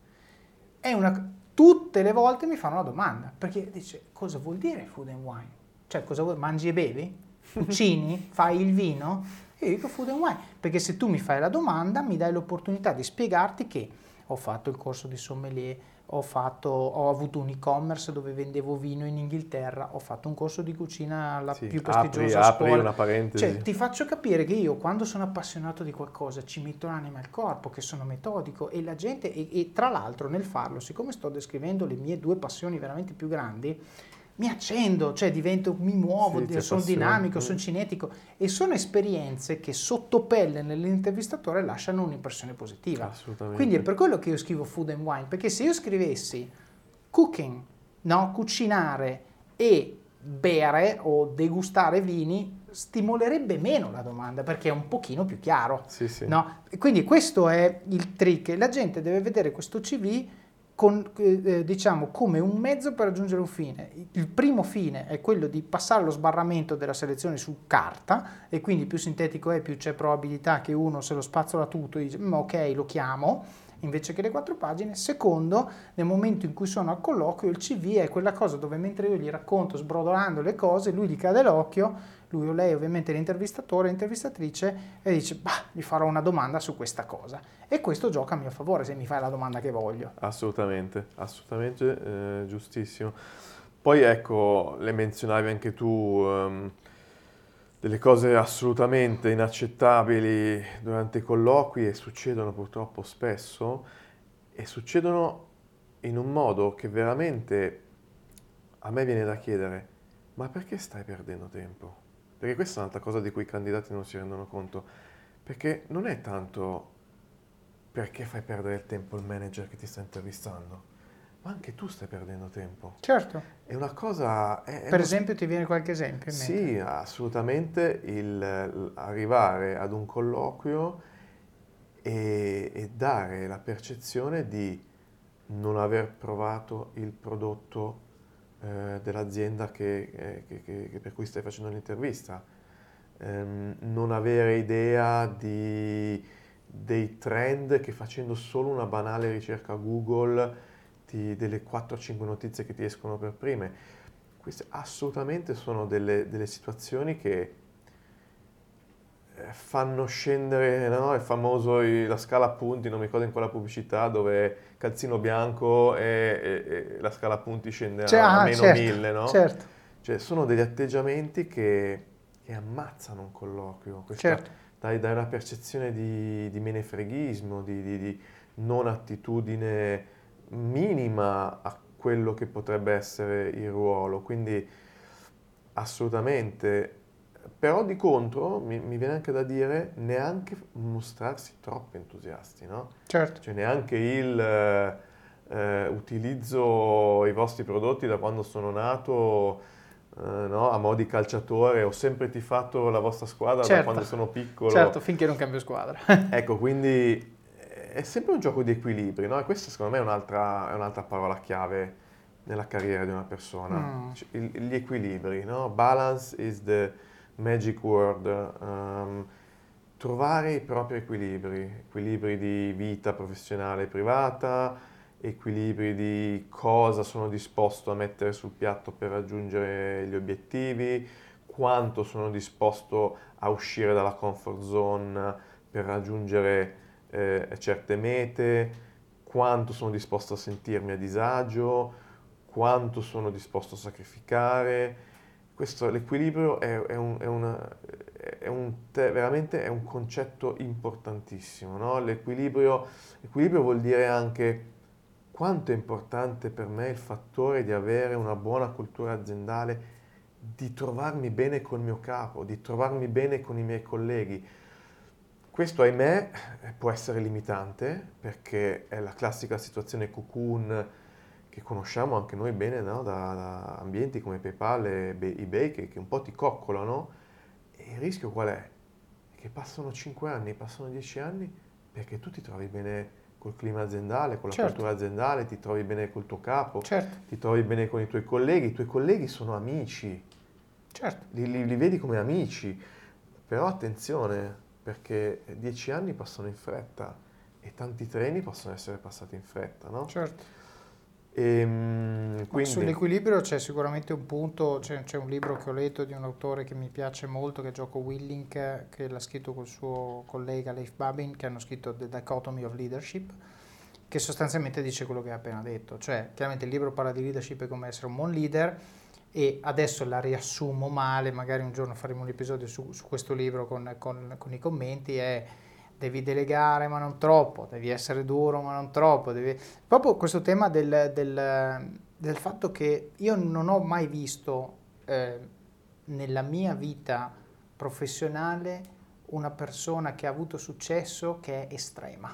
Speaker 2: È una... Tutte le volte mi fanno una domanda, perché dice, cosa vuol dire food and wine? Cioè, cosa vuoi? Mangi e bevi? Cucini? Fai il vino? Io dico food and wine, perché se tu mi fai la domanda mi dai l'opportunità di spiegarti che ho fatto il corso di sommelier, ho, fatto, ho avuto un e-commerce dove vendevo vino in Inghilterra, ho fatto un corso di cucina alla
Speaker 3: sì,
Speaker 2: più prestigiosa
Speaker 3: apri,
Speaker 2: scuola.
Speaker 3: apri una parentesi.
Speaker 2: Cioè, ti faccio capire che io quando sono appassionato di qualcosa ci metto l'anima al corpo, che sono metodico e la gente, e, e tra l'altro nel farlo, siccome sto descrivendo le mie due passioni veramente più grandi, mi accendo, cioè divento, mi muovo,
Speaker 3: sì,
Speaker 2: sono dinamico, mm. sono cinetico e sono esperienze che sotto pelle nell'intervistatore lasciano un'impressione positiva.
Speaker 3: Assolutamente.
Speaker 2: Quindi è per quello che io scrivo food and wine, perché se io scrivessi cooking, no, cucinare e bere o degustare vini, stimolerebbe meno la domanda perché è un pochino più chiaro.
Speaker 3: Sì, sì.
Speaker 2: No? E quindi questo è il trick, la gente deve vedere questo C V con, eh, diciamo, come un mezzo per raggiungere un fine. Il primo fine è quello di passare lo sbarramento della selezione su carta e quindi più sintetico è, più c'è probabilità che uno se lo spazzola tutto e dice ok, lo chiamo, invece che le quattro pagine. Secondo, nel momento in cui sono al colloquio, il C V è quella cosa dove mentre io gli racconto sbrodolando le cose, lui gli cade l'occhio, lui o lei ovviamente l'intervistatore, l'intervistatrice, e dice, bah, gli farò una domanda su questa cosa. E questo gioca a mio favore se mi fai la domanda che voglio.
Speaker 3: Assolutamente, assolutamente, eh, giustissimo. Poi ecco, le menzionavi anche tu, um, delle cose assolutamente inaccettabili durante i colloqui e succedono purtroppo spesso e succedono in un modo che veramente a me viene da chiedere, ma perché stai perdendo tempo? Perché questa è un'altra cosa di cui i candidati non si rendono conto, perché non è tanto perché fai perdere il tempo il manager che ti sta intervistando, ma anche tu stai perdendo tempo.
Speaker 2: Certo.
Speaker 3: È una cosa... È, è
Speaker 2: per
Speaker 3: uno...
Speaker 2: esempio ti viene qualche esempio in mente?
Speaker 3: Sì, assolutamente, il, arrivare ad un colloquio e, e dare la percezione di non aver provato il prodotto eh, dell'azienda che, eh, che, che, che per cui stai facendo l'intervista, ehm, non avere idea di, dei trend che facendo solo una banale ricerca Google ti, delle quattro cinque notizie che ti escono per prime. Queste assolutamente sono delle, delle situazioni che fanno scendere, no? Il famoso, la scala a punti, non mi ricordo in quella pubblicità dove calzino bianco e, e, e la scala a punti scende
Speaker 2: cioè,
Speaker 3: a, a
Speaker 2: ah,
Speaker 3: meno
Speaker 2: certo,
Speaker 3: mille, no?
Speaker 2: Certo.
Speaker 3: Cioè sono degli atteggiamenti che, che ammazzano un colloquio, questa,
Speaker 2: certo.
Speaker 3: dai, dai una percezione di, di menefreghismo, di, di, di non attitudine minima a quello che potrebbe essere il ruolo, quindi assolutamente. Però di contro mi, mi viene anche da dire neanche mostrarsi troppo entusiasti, no?
Speaker 2: Certo.
Speaker 3: Cioè neanche il eh, eh, utilizzo i vostri prodotti da quando sono nato, eh, no? A mo' di calciatore, ho sempre tifato la vostra squadra
Speaker 2: certo.
Speaker 3: da quando sono piccolo.
Speaker 2: Certo, finché non cambio squadra.
Speaker 3: Ecco, quindi è sempre un gioco di equilibri, no? E questa secondo me è un'altra, è un'altra parola chiave nella carriera di una persona.
Speaker 2: Mm.
Speaker 3: Cioè, il, gli equilibri, no? Balance is the magic word. Um, trovare i propri equilibri, equilibri di vita professionale e privata, equilibri di cosa sono disposto a mettere sul piatto per raggiungere gli obiettivi, quanto sono disposto a uscire dalla comfort zone per raggiungere eh, certe mete, quanto sono disposto a sentirmi a disagio, quanto sono disposto a sacrificare. Questo, l'equilibrio è, è un, è una, è un te, veramente è un concetto importantissimo, no? L'equilibrio, l'equilibrio vuol dire anche quanto è importante per me il fattore di avere una buona cultura aziendale, di trovarmi bene col mio capo, di trovarmi bene con i miei colleghi. Questo, ahimè, può essere limitante perché è la classica situazione cocoon che conosciamo anche noi bene, no? da, da ambienti come PayPal e eBay che, che un po' ti coccolano. E il rischio qual è? Che passano cinque anni, passano dieci anni perché tu ti trovi bene col clima aziendale, con la
Speaker 2: Certo.
Speaker 3: cultura aziendale, ti trovi bene col tuo capo,
Speaker 2: Certo.
Speaker 3: ti trovi bene con i tuoi colleghi, i tuoi colleghi sono amici,
Speaker 2: Certo.
Speaker 3: li, li, li vedi come amici, però attenzione perché dieci anni passano in fretta e tanti treni possono essere passati in fretta, no?
Speaker 2: Certo.
Speaker 3: E,
Speaker 2: Ma
Speaker 3: quindi,
Speaker 2: sull'equilibrio c'è sicuramente un punto, c'è, c'è un libro che ho letto di un autore che mi piace molto, che è Jocko Willink, che l'ha scritto col suo collega Leif Babin, che hanno scritto The Dichotomy of Leadership, che sostanzialmente dice quello che hai appena detto. Cioè, chiaramente il libro parla di leadership e come essere un buon leader, e adesso la riassumo male, magari un giorno faremo un episodio su, su questo libro con, con, con i commenti, è devi delegare ma non troppo, devi essere duro ma non troppo, devi... proprio questo tema del, del, del fatto che io non ho mai visto eh, nella mia vita professionale una persona che ha avuto successo che è estrema,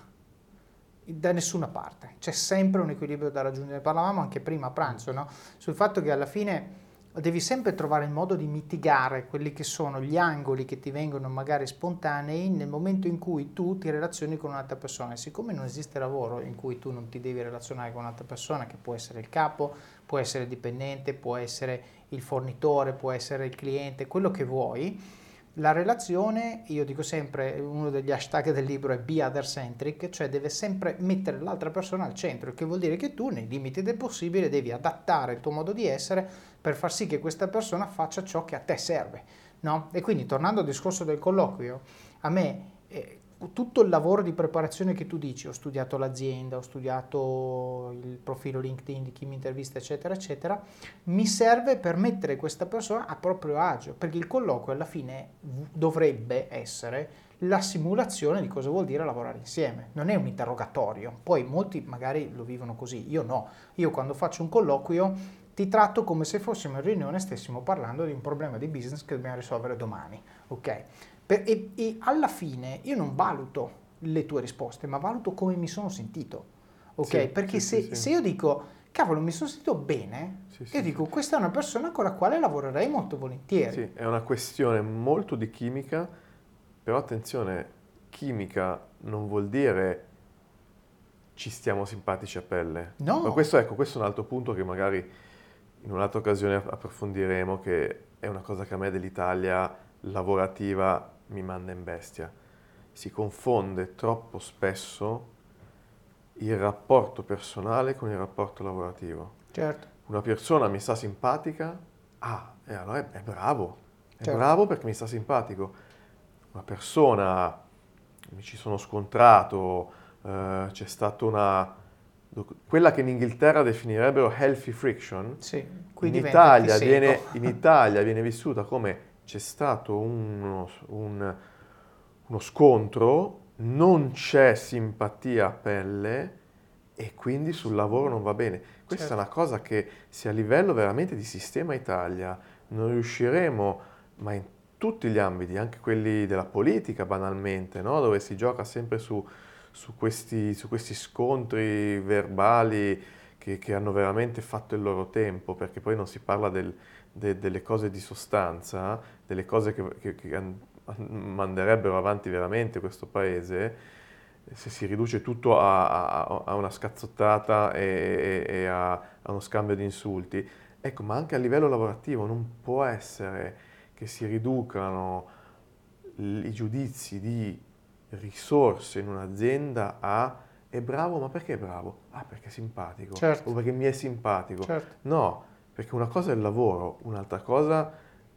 Speaker 2: da nessuna parte, c'è sempre un equilibrio da raggiungere. Parlavamo anche prima a pranzo, no? Sul fatto che alla fine devi sempre trovare il modo di mitigare quelli che sono gli angoli che ti vengono magari spontanei nel momento in cui tu ti relazioni con un'altra persona. E siccome non esiste lavoro in cui tu non ti devi relazionare con un'altra persona, che può essere il capo, può essere il dipendente, può essere il fornitore, può essere il cliente, quello che vuoi, la relazione, io dico sempre, uno degli hashtag del libro è be other centric, cioè deve sempre mettere l'altra persona al centro, il che vuol dire che tu nei limiti del possibile devi adattare il tuo modo di essere per far sì che questa persona faccia ciò che a te serve, no? E quindi, tornando al discorso del colloquio, a me eh, tutto il lavoro di preparazione che tu dici, ho studiato l'azienda, ho studiato il profilo LinkedIn di chi mi intervista, eccetera, eccetera, mi serve per mettere questa persona a proprio agio, perché il colloquio alla fine dovrebbe essere la simulazione di cosa vuol dire lavorare insieme, non è un interrogatorio. Poi molti magari lo vivono così, io no, io quando faccio un colloquio ti tratto come se fossimo in riunione e stessimo parlando di un problema di business che dobbiamo risolvere domani, ok? Per, e, e alla fine io non valuto le tue risposte, ma valuto come mi sono sentito, ok?
Speaker 3: Sì,
Speaker 2: Perché
Speaker 3: sì,
Speaker 2: se,
Speaker 3: sì, sì.
Speaker 2: se io dico, cavolo, mi sono sentito bene,
Speaker 3: Sì,
Speaker 2: io
Speaker 3: sì,
Speaker 2: dico,
Speaker 3: sì.
Speaker 2: questa è una persona con la quale lavorerei molto volentieri.
Speaker 3: Sì, è una questione molto di chimica, però attenzione, chimica non vuol dire ci stiamo simpatici a pelle.
Speaker 2: No.
Speaker 3: Ma questo, ecco, questo è un altro punto che magari in un'altra occasione approfondiremo, che è una cosa che a me dell'Italia lavorativa mi manda in bestia. Si confonde troppo spesso il rapporto personale con il rapporto lavorativo.
Speaker 2: Certo,
Speaker 3: Una persona mi sta simpatica, ah, e allora è, è bravo, è
Speaker 2: Certo.
Speaker 3: bravo perché mi sta simpatico. Una persona, mi ci sono scontrato, eh, c'è stata una, quella che in Inghilterra definirebbero healthy friction,
Speaker 2: sì, qui
Speaker 3: in
Speaker 2: diventa
Speaker 3: Italia,
Speaker 2: il
Speaker 3: viene,
Speaker 2: seco.
Speaker 3: in Italia viene vissuta come c'è stato uno, un- uno scontro, non c'è simpatia a pelle e quindi sul lavoro non va bene. Questa
Speaker 2: Certo.
Speaker 3: è una cosa che se a livello veramente di sistema Italia non riusciremo, ma in tutti gli ambiti, anche quelli della politica banalmente, no? Dove si gioca sempre su, su questi, su questi scontri verbali che, che hanno veramente fatto il loro tempo, perché poi non si parla del- de- delle cose di sostanza, delle cose che, che- che an- manderebbero avanti veramente questo paese, se si riduce tutto a, a- a una scazzottata e, e- e a, a uno scambio di insulti. Ecco, ma anche a livello lavorativo non può essere che si riducano i giudizi di risorse in un'azienda a è bravo, ma perché è bravo? Ah, perché è simpatico,
Speaker 2: Certo.
Speaker 3: o perché mi è simpatico.
Speaker 2: Certo.
Speaker 3: No, perché una cosa è il lavoro, un'altra cosa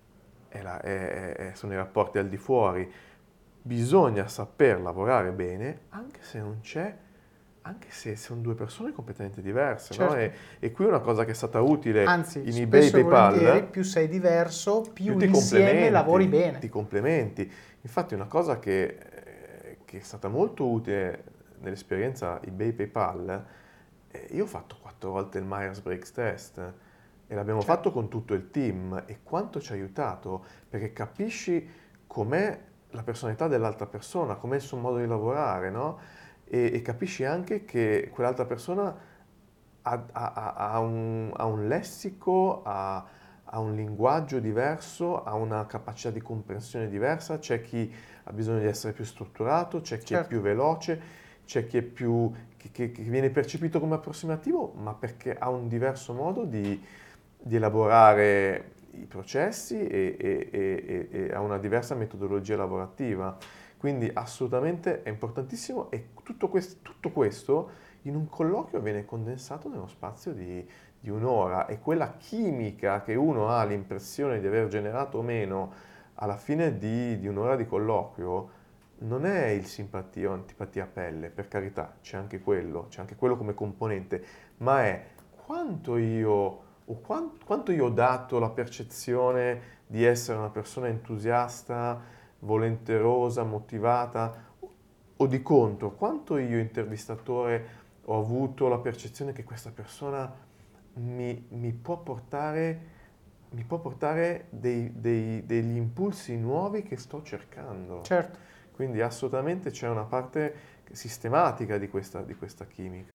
Speaker 3: è la- è- è- sono i rapporti al di fuori. Bisogna saper lavorare bene anche se non c'è, anche se sono due persone completamente diverse, no?
Speaker 2: Certo.
Speaker 3: E, e qui una cosa che è stata utile
Speaker 2: Anzi,
Speaker 3: in eBay
Speaker 2: spesso e volentieri
Speaker 3: PayPal,
Speaker 2: più sei diverso, più,
Speaker 3: più ti
Speaker 2: insieme
Speaker 3: complementi,
Speaker 2: lavori bene.
Speaker 3: ti complementi. Infatti una cosa che, eh, che è stata molto utile nell'esperienza eBay PayPal, eh, io ho fatto quattro volte il Myers-Briggs test e l'abbiamo
Speaker 2: Certo.
Speaker 3: fatto con tutto il team e quanto ci ha aiutato, perché capisci com'è la personalità dell'altra persona, com'è il suo modo di lavorare, no? E, e capisci anche che quell'altra persona ha, ha- ha- ha un, ha un lessico, ha, ha un linguaggio diverso, ha una capacità di comprensione diversa, c'è chi ha bisogno di essere più strutturato, c'è chi è
Speaker 2: Certo.
Speaker 3: più veloce, c'è chi è più, che, che- che viene percepito come approssimativo, ma perché ha un diverso modo di, di elaborare i processi e, e- e- e- e ha una diversa metodologia lavorativa. Quindi assolutamente è importantissimo e tutto, quest- tutto questo in un colloquio viene condensato nello spazio di, di un'ora e quella chimica che uno ha l'impressione di aver generato o meno alla fine di, di un'ora di colloquio non è il simpatia o antipatia a pelle, per carità, c'è anche quello, c'è anche quello come componente, ma è quanto io, o quan- quanto io ho dato la percezione di essere una persona entusiasta, volenterosa, motivata, o di contro, quanto io intervistatore ho avuto la percezione che questa persona mi, mi può portare, mi può portare dei- dei- degli impulsi nuovi che sto cercando.
Speaker 2: Certo.
Speaker 3: Quindi assolutamente c'è una parte sistematica di questa, di questa chimica.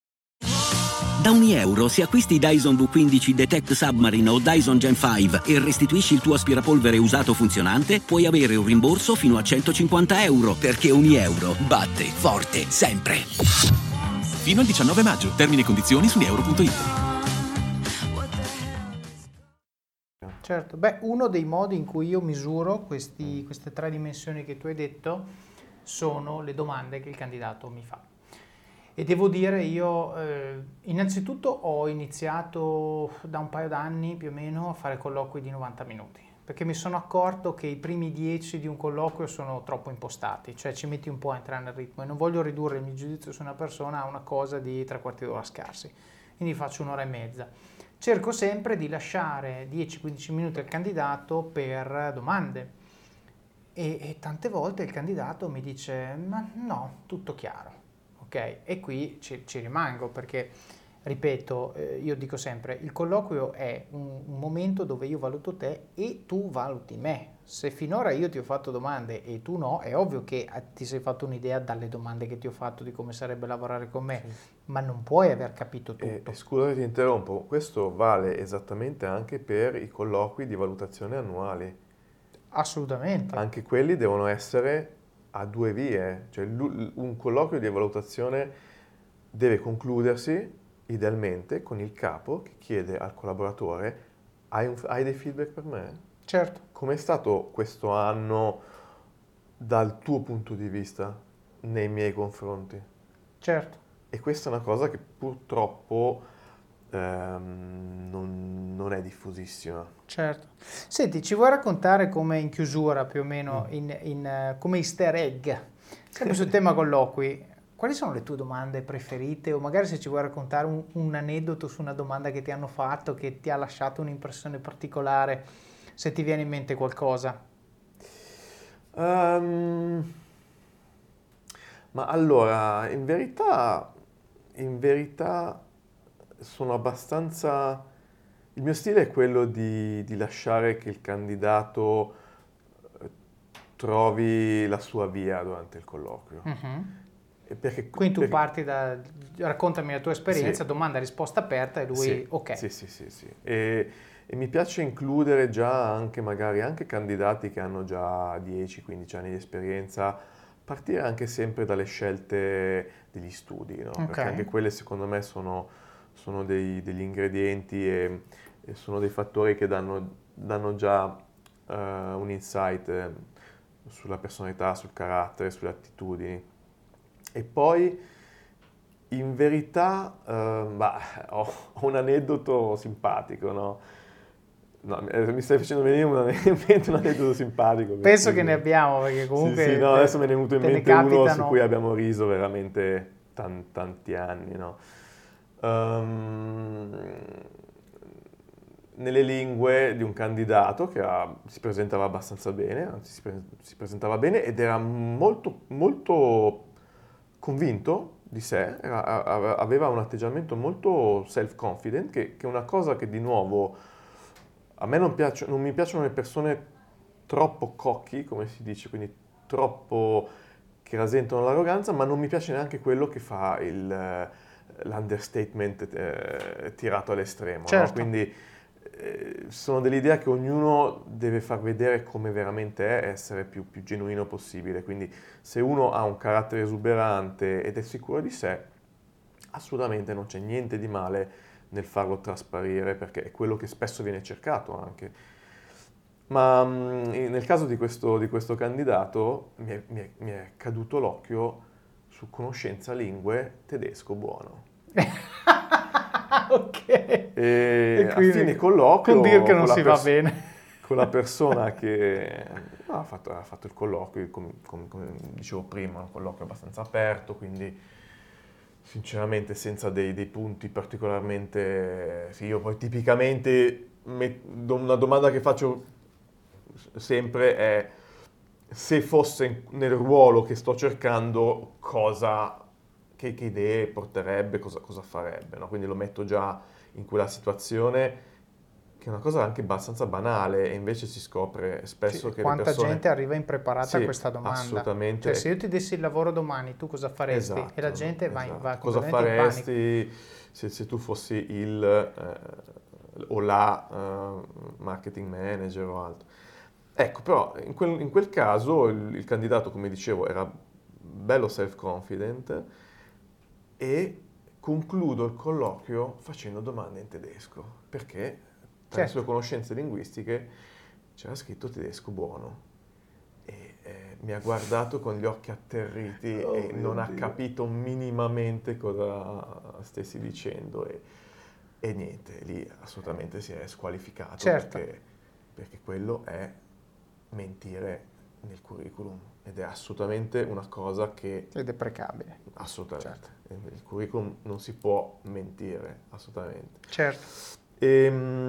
Speaker 4: Da ogni euro, se acquisti Dyson V quindici Detect Submarine o Dyson Gen cinque e restituisci il tuo aspirapolvere usato funzionante, puoi avere un rimborso fino a centocinquanta euro, perché ogni euro batte forte sempre.
Speaker 5: Fino al diciannove maggio. Termini e condizioni su euro punto it.
Speaker 2: Certo, beh, uno dei modi in cui io misuro questi- queste tre dimensioni che tu hai detto sono le domande che il candidato mi fa. E devo dire, io eh, innanzitutto ho iniziato da un paio d'anni più o meno a fare colloqui di novanta minuti, perché mi sono accorto che i primi dieci di un colloquio sono troppo impostati, cioè ci metti un po' a entrare nel ritmo e non voglio ridurre il mio giudizio su una persona a una cosa di tre quarti d'ora scarsi, quindi faccio un'ora e mezza. Cerco sempre di lasciare dieci quindici minuti al candidato per domande e, e tante volte il candidato mi dice ma no, tutto chiaro, ok? E qui ci, ci rimango perché, ripeto, eh, io dico sempre, il colloquio è un, un momento dove io valuto te e tu valuti me. Se finora io ti ho fatto domande e tu no, è ovvio che eh, ti sei fatto un'idea dalle domande che ti ho fatto di come sarebbe lavorare con me, ma non puoi aver capito
Speaker 3: E,
Speaker 2: tutto.
Speaker 3: e scusa che ti interrompo, questo vale esattamente anche per i colloqui di valutazione annuali.
Speaker 2: Assolutamente.
Speaker 3: Anche quelli devono essere a due vie, cioè l'u- un colloquio di valutazione deve concludersi idealmente con il capo che chiede al collaboratore: hai, un- hai dei feedback per me?
Speaker 2: Certo.
Speaker 3: Com'è stato questo anno dal tuo punto di vista nei miei confronti?
Speaker 2: Certo.
Speaker 3: E questa è una cosa che purtroppo ehm, non, non è diffusissima.
Speaker 2: Certo. Senti, ci vuoi raccontare come in chiusura più o meno, in, in, eh, come easter egg, sempre sul tema colloqui, quali sono le tue domande preferite o magari se ci vuoi raccontare un, un aneddoto su una domanda che ti hanno fatto, che ti ha lasciato un'impressione particolare, se ti viene in mente qualcosa.
Speaker 3: Ehm, ma allora, in verità, in verità sono abbastanza... Il mio stile è quello di, di lasciare che il candidato eh, trovi la sua via durante il colloquio.
Speaker 2: Mhm.
Speaker 3: E perché,
Speaker 2: Quindi tu
Speaker 3: perché-
Speaker 2: parti da, raccontami la tua esperienza,
Speaker 3: Sì.
Speaker 2: domanda risposta aperta e lui,
Speaker 3: Sì,
Speaker 2: ok.
Speaker 3: sì, sì, sì, sì. E, e mi piace includere già anche magari anche candidati che hanno già dieci quindici anni di esperienza, partire anche sempre dalle scelte degli studi, no?
Speaker 2: Ok.
Speaker 3: Perché anche quelle secondo me sono, sono dei- degli ingredienti e, e sono dei fattori che danno, danno già eh, un insight eh, sulla personalità, sul carattere, sulle attitudini. E poi, in verità, eh, bah, ho, ho un aneddoto simpatico, no? No, mi stai facendo venire un, in mente un aneddoto simpatico.
Speaker 2: Penso che ne abbiamo, perché comunque...
Speaker 3: Sì, sì, no, adesso me ne è venuto in mente
Speaker 2: capitano...
Speaker 3: uno su cui abbiamo riso veramente tan, tanti anni, no? Um, nelle lingue di un candidato che era, si presentava abbastanza bene, anzi si, pre, si presentava bene ed era molto, molto convinto di sé, era, aveva un atteggiamento molto self-confident, che, che è una cosa che di nuovo... A me non, piace, non mi piacciono le persone troppo cocky, come si dice, quindi troppo che rasentano l'arroganza, ma non mi piace neanche quello che fa il, l'understatement eh, tirato all'estremo.
Speaker 2: Certo.
Speaker 3: No? Quindi eh, sono dell'idea che ognuno deve far vedere come veramente è, essere più, più genuino possibile. Quindi se uno ha un carattere esuberante ed è sicuro di sé, assolutamente non c'è niente di male nel farlo trasparire, perché è quello che spesso viene cercato anche. Ma mh, nel caso di questo, di questo candidato mi è, mi, è, mi è caduto l'occhio su conoscenza lingue tedesco buono.
Speaker 2: Ok.
Speaker 3: E,
Speaker 2: e
Speaker 3: a fine colloquio...
Speaker 2: Con dire che non
Speaker 3: con
Speaker 2: si
Speaker 3: pers-
Speaker 2: va bene.
Speaker 3: Con la persona che no, ha, fatto, ha fatto il colloquio, come, come, come dicevo prima, un colloquio abbastanza aperto, quindi... Sinceramente senza dei, dei punti particolarmente... Sì, io poi tipicamente met, una domanda che faccio sempre è se fosse nel ruolo che sto cercando cosa, che, che idee porterebbe, cosa, cosa farebbe, no? Quindi lo metto già in quella situazione che è una cosa anche abbastanza banale e invece si scopre spesso
Speaker 2: sì,
Speaker 3: che
Speaker 2: quanta
Speaker 3: le persone...
Speaker 2: gente arriva impreparata
Speaker 3: sì,
Speaker 2: a questa domanda.
Speaker 3: Assolutamente.
Speaker 2: Cioè se io ti dessi il lavoro domani, tu cosa faresti?
Speaker 3: Esatto,
Speaker 2: e la gente va,
Speaker 3: esatto.
Speaker 2: in, va
Speaker 3: cosa
Speaker 2: completamente
Speaker 3: faresti
Speaker 2: in panico.
Speaker 3: se, se tu fossi il eh, o la eh, marketing manager o altro. Ecco, però in quel, in quel caso il, il candidato, come dicevo, era bello self-confident e concludo il colloquio facendo domande in tedesco, perché tra
Speaker 2: Certo.
Speaker 3: le sue conoscenze linguistiche c'era scritto tedesco buono. E eh, mi ha guardato con gli occhi atterriti oh, e non ha Dio. capito minimamente cosa stessi dicendo e, e niente, lì assolutamente si è squalificato
Speaker 2: certo.
Speaker 3: perché, perché quello è mentire nel curriculum ed è assolutamente una cosa che...
Speaker 2: È deprecabile.
Speaker 3: Assolutamente.
Speaker 2: Certo.
Speaker 3: Nel curriculum non si può mentire, assolutamente.
Speaker 2: Certo.
Speaker 3: E,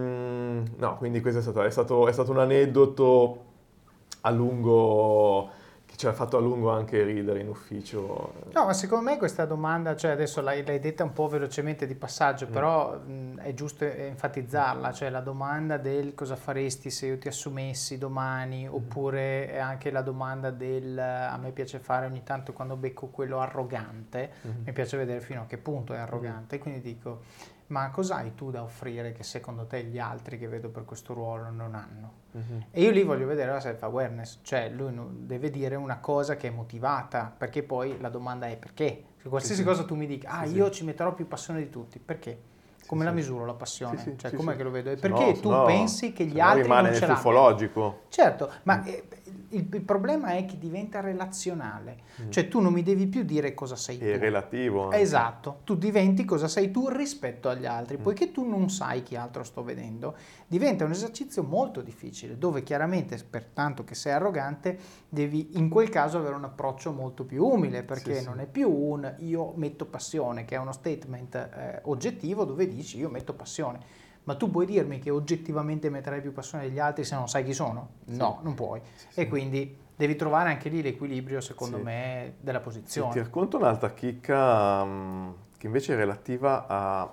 Speaker 3: no, quindi questo è stato, è stato, è stato un aneddoto a lungo, che ci ha fatto a lungo anche ridere in ufficio.
Speaker 2: No, ma secondo me questa domanda, cioè adesso l'hai, l'hai detta un po' velocemente di passaggio, mm. però mh, è giusto enfatizzarla, cioè la domanda del cosa faresti se io ti assumessi domani, mm. oppure è anche la domanda del a me piace fare ogni tanto quando becco quello arrogante, mm. mi piace vedere fino a che punto è arrogante, mm. quindi dico... Ma cos'hai tu da offrire che secondo te gli altri che vedo per questo ruolo non hanno? Mm-hmm. E io lì voglio vedere la self-awareness, cioè lui deve dire una cosa che è motivata, perché poi la domanda è perché? Se qualsiasi sì, cosa tu mi dica, ah sì, io sì. ci metterò più passione di tutti, perché? Come sì, la misuro la passione? Sì, sì, cioè sì, com'è sì. che lo vedo? E perché no, tu no, pensi che gli altri non ce l'hanno?
Speaker 3: Ufologico.
Speaker 2: Certo, ma mm. eh, il, il problema è che diventa relazionale, mm. cioè tu non mi devi più dire cosa sei
Speaker 3: è tu. È relativo. Anche.
Speaker 2: Esatto, tu diventi cosa sei tu rispetto agli altri, mm. poiché tu non sai chi altro sto vedendo, diventa un esercizio molto difficile, dove chiaramente, pertanto che sei arrogante, devi in quel caso avere un approccio molto più umile, perché sì, non sì. è più un io metto passione, che è uno statement eh, oggettivo dove dici io metto passione, ma tu puoi dirmi che oggettivamente metterai più passione degli altri se non sai chi sono? Sì. No, non puoi. Sì, sì. E quindi devi trovare anche lì l'equilibrio, secondo sì. me, della posizione.
Speaker 3: Sì, ti racconto un'altra chicca um, che invece è relativa a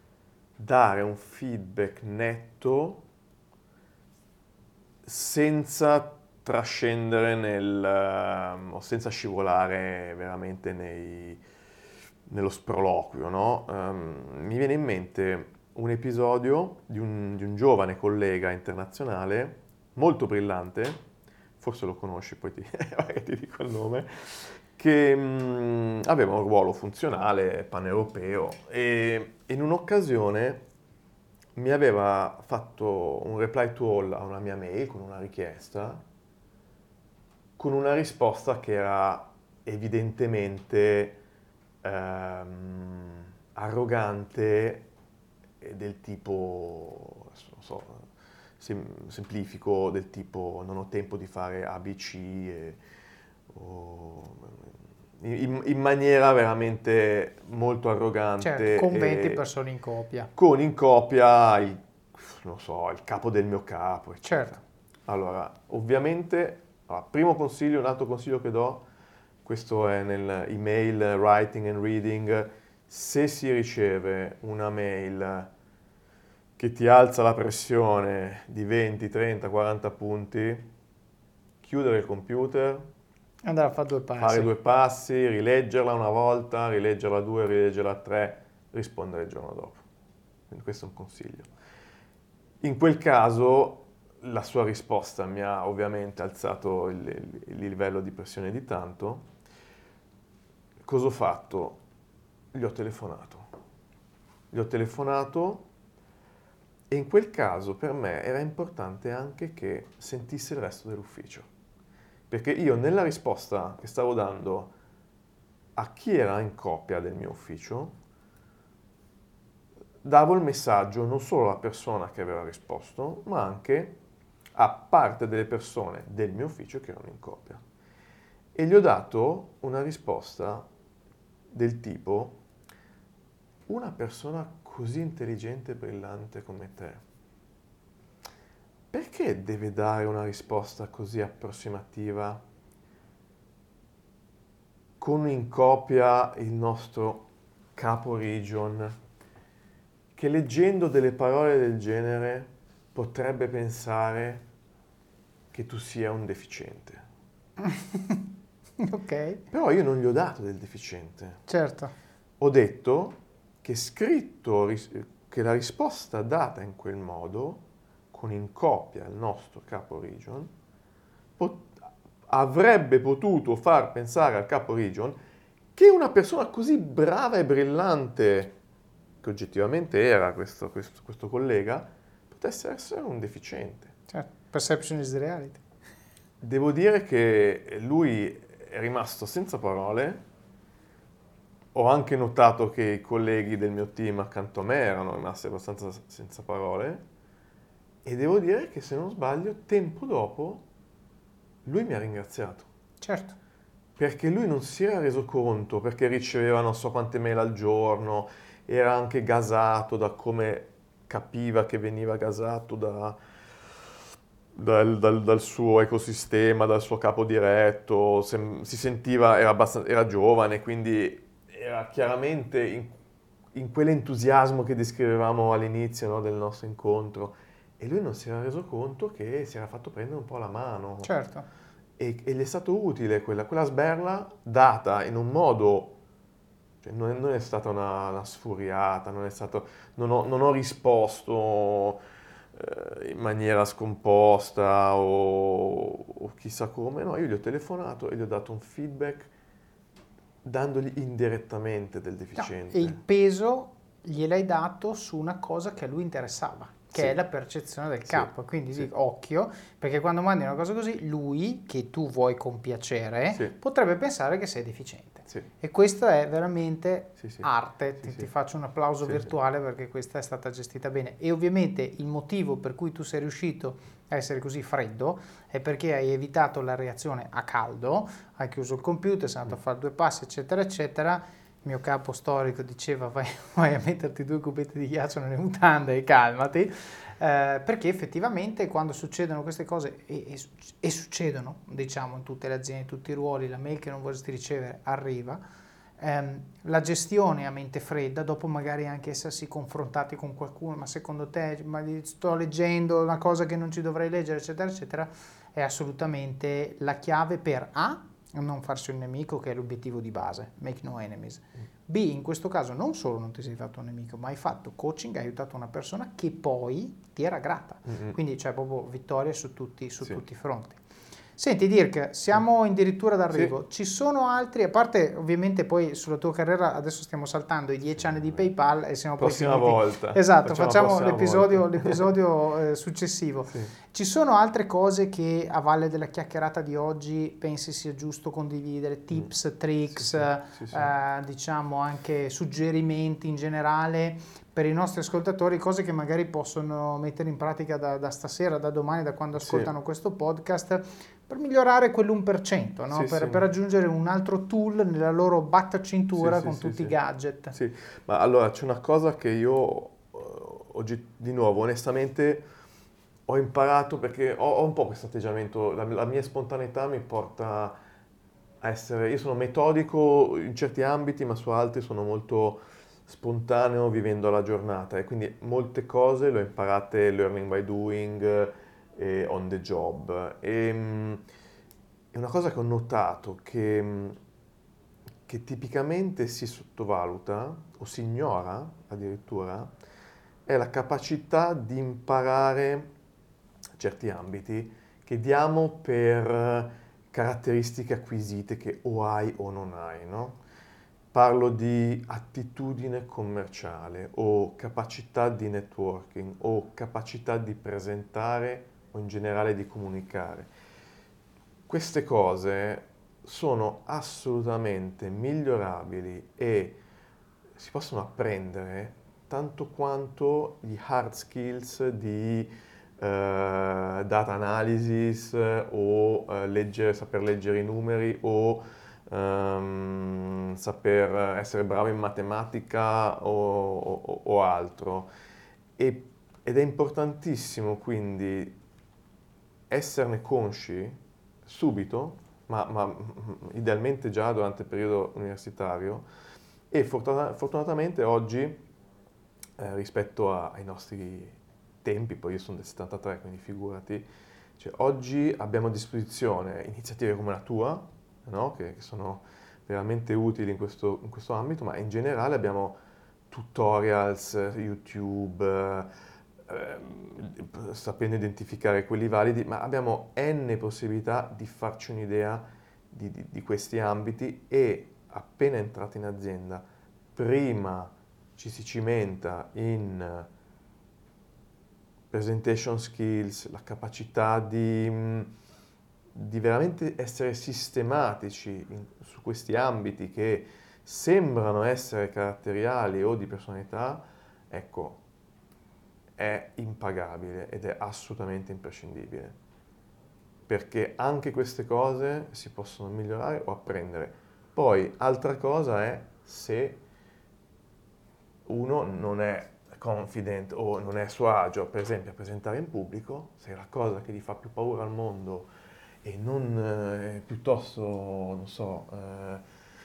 Speaker 3: dare un feedback netto senza trascendere nel, uh, o senza scivolare veramente nei, nello sproloquio, no? Um, mi viene in mente un episodio di un, di un giovane collega internazionale molto brillante, forse lo conosci, poi ti, ti dico il nome, che mh, aveva un ruolo funzionale paneuropeo e in un'occasione mi aveva fatto un reply to all a una mia mail con una richiesta con una risposta che era evidentemente ehm, arrogante e del tipo, non so, sem- semplifico, del tipo non ho tempo di fare A B C, e, o, in, in maniera veramente molto arrogante.
Speaker 2: Certo, con venti
Speaker 3: e
Speaker 2: persone in copia.
Speaker 3: Con in copia il, non so, il capo del mio capo, eccetera.
Speaker 2: Certo.
Speaker 3: Allora, ovviamente, allora, primo consiglio, un altro consiglio che do, questo è nell'email writing and reading, se si riceve una mail che ti alza la pressione di venti, trenta, quaranta punti, chiudere il computer,
Speaker 2: Andare a fare due passi.
Speaker 3: fare due passi, rileggerla una volta, rileggerla due, rileggerla tre, rispondere il giorno dopo. Quindi questo è un consiglio. In quel caso la sua risposta mi ha ovviamente alzato il, il, il livello di pressione di tanto. Cosa ho fatto? Gli ho telefonato. Gli ho telefonato e in quel caso per me era importante anche che sentisse il resto dell'ufficio. Perché io nella risposta che stavo dando a chi era in copia del mio ufficio, davo il messaggio non solo alla persona che aveva risposto, ma anche a parte delle persone del mio ufficio che erano in copia. E gli ho dato una risposta del tipo: una persona così intelligente e brillante come te, perché deve dare una risposta così approssimativa con in copia il nostro capo region, che leggendo delle parole del genere potrebbe pensare che tu sia un deficiente?
Speaker 2: Ok.
Speaker 3: Però io non gli ho dato del deficiente.
Speaker 2: Certo.
Speaker 3: Ho detto che scritto, che la risposta data in quel modo, con in copia il nostro capo region, pot- avrebbe potuto far pensare al capo region che una persona così brava e brillante, che oggettivamente era questo, questo, questo collega, potesse essere un deficiente.
Speaker 2: Certo. Perception is the reality.
Speaker 3: Devo dire che lui è rimasto senza parole. Ho anche notato che i colleghi del mio team accanto a me erano rimasti abbastanza senza parole e devo dire che, se non sbaglio, tempo dopo lui mi ha ringraziato.
Speaker 2: Certo.
Speaker 3: Perché lui non si era reso conto, perché riceveva non so quante mail al giorno, era anche gasato da come capiva che veniva gasato da, dal, dal, dal suo ecosistema, dal suo capo diretto, se, si sentiva, era, abbastanza, era giovane, quindi era chiaramente in, in quell'entusiasmo che descrivevamo all'inizio, no, del nostro incontro, e lui non si era reso conto che si era fatto prendere un po' la mano.
Speaker 2: Certo.
Speaker 3: E, e gli è stato utile quella, quella sberla data in un modo, cioè non, è, non è stata una, una sfuriata, non, è stato, non, ho, non ho risposto eh, in maniera scomposta o, o chissà come, no, io gli ho telefonato e gli ho dato un feedback dandogli indirettamente del deficiente.
Speaker 2: No, e il peso gliel'hai dato su una cosa che a lui interessava, che
Speaker 3: Sì.
Speaker 2: è la percezione del capo.
Speaker 3: Sì.
Speaker 2: Quindi
Speaker 3: Sì.
Speaker 2: dico, occhio, perché quando mandi una cosa così, lui, che tu vuoi compiacere,
Speaker 3: Sì.
Speaker 2: potrebbe pensare che sei deficiente.
Speaker 3: Sì.
Speaker 2: E questa è veramente
Speaker 3: Sì, sì.
Speaker 2: arte.
Speaker 3: Sì,
Speaker 2: ti,
Speaker 3: sì.
Speaker 2: ti faccio un applauso
Speaker 3: Sì,
Speaker 2: virtuale perché questa è stata gestita bene. E ovviamente il motivo per cui tu sei riuscito a essere così freddo è perché hai evitato la reazione a caldo, hai chiuso il computer, sei andato a fare due passi, eccetera, eccetera. Il mio capo storico diceva vai, vai a metterti due cubette di ghiaccio nelle mutande e calmati, eh, perché effettivamente quando succedono queste cose, e, e, e succedono, diciamo, in tutte le aziende, in tutti i ruoli, la mail che non vorresti ricevere arriva, ehm, la gestione a mente fredda, dopo magari anche essersi confrontati con qualcuno, ma secondo te, ma sto leggendo una cosa che non ci dovrei leggere, eccetera, eccetera, è assolutamente la chiave per A, non farsi un nemico, che è l'obiettivo di base, make no enemies. B, in questo caso non solo non ti sei fatto un nemico, ma hai fatto coaching, hai aiutato una persona che poi ti era grata.
Speaker 3: Mm-hmm.
Speaker 2: Quindi c'è proprio vittoria su tutti, su
Speaker 3: Sì.
Speaker 2: tutti i fronti. Senti Dirk, siamo addirittura d'arrivo,
Speaker 3: Sì.
Speaker 2: ci sono altri, a parte ovviamente poi sulla tua carriera, adesso stiamo saltando i dieci anni di PayPal e siamo poi
Speaker 3: Prossima
Speaker 2: finiti.
Speaker 3: volta.
Speaker 2: Esatto,
Speaker 3: Facciamo
Speaker 2: facciamo,
Speaker 3: la prossima
Speaker 2: l'episodio,
Speaker 3: volta.
Speaker 2: l'episodio eh, successivo.
Speaker 3: Sì.
Speaker 2: Ci sono altre cose che a valle della chiacchierata di oggi pensi sia giusto condividere, tips,
Speaker 3: Mm.
Speaker 2: tricks,
Speaker 3: Sì, sì, sì, sì.
Speaker 2: eh, diciamo anche suggerimenti in generale per i nostri ascoltatori, cose che magari possono mettere in pratica da, da stasera, da domani, da quando ascoltano
Speaker 3: Sì.
Speaker 2: questo podcast, per migliorare quell'uno per cento, no?
Speaker 3: Sì,
Speaker 2: per,
Speaker 3: sì.
Speaker 2: per aggiungere un altro tool nella loro battacintura
Speaker 3: Sì, sì,
Speaker 2: con
Speaker 3: sì,
Speaker 2: tutti
Speaker 3: sì.
Speaker 2: i gadget.
Speaker 3: Sì, ma allora c'è una cosa che io eh, oggi, di nuovo, onestamente ho imparato perché ho, ho un po' questo atteggiamento, la, la mia spontaneità mi porta a essere, io sono metodico in certi ambiti, ma su altri sono molto spontaneo vivendo la giornata e quindi molte cose le ho imparate learning by doing e on the job. E, mh, è una cosa che ho notato che, mh, che tipicamente si sottovaluta o si ignora addirittura è la capacità di imparare certi ambiti che diamo per caratteristiche acquisite che o hai o non hai, no? Parlo di attitudine commerciale o capacità di networking o capacità di presentare o in generale di comunicare. Queste cose sono assolutamente migliorabili e si possono apprendere tanto quanto gli hard skills di eh, data analysis o eh, leggere, saper leggere i numeri o ehm, saper essere bravo in matematica o, o- o altro. E- ed è importantissimo quindi esserne consci subito, ma, ma idealmente già durante il periodo universitario e fortuna- fortunatamente oggi eh, rispetto a- ai nostri tempi, poi io sono del settantatré, quindi figurati, cioè, oggi abbiamo a disposizione iniziative come la tua, no? che, che sono veramente utili in questo, in questo ambito, ma in generale abbiamo tutorials, YouTube, eh, sapendo identificare quelli validi, ma abbiamo n possibilità di farci un'idea di, di, di questi ambiti e appena entrati in azienda, prima ci si cimenta in presentation skills, la capacità di, di veramente essere sistematici in, su questi ambiti che sembrano essere caratteriali o di personalità, ecco, è impagabile ed è assolutamente imprescindibile. Perché anche queste cose si possono migliorare o apprendere. Poi, altra cosa è se uno non è confident o non è a suo agio, per esempio, a presentare in pubblico, se è la cosa che gli fa più paura al mondo e non eh, piuttosto, non so, eh,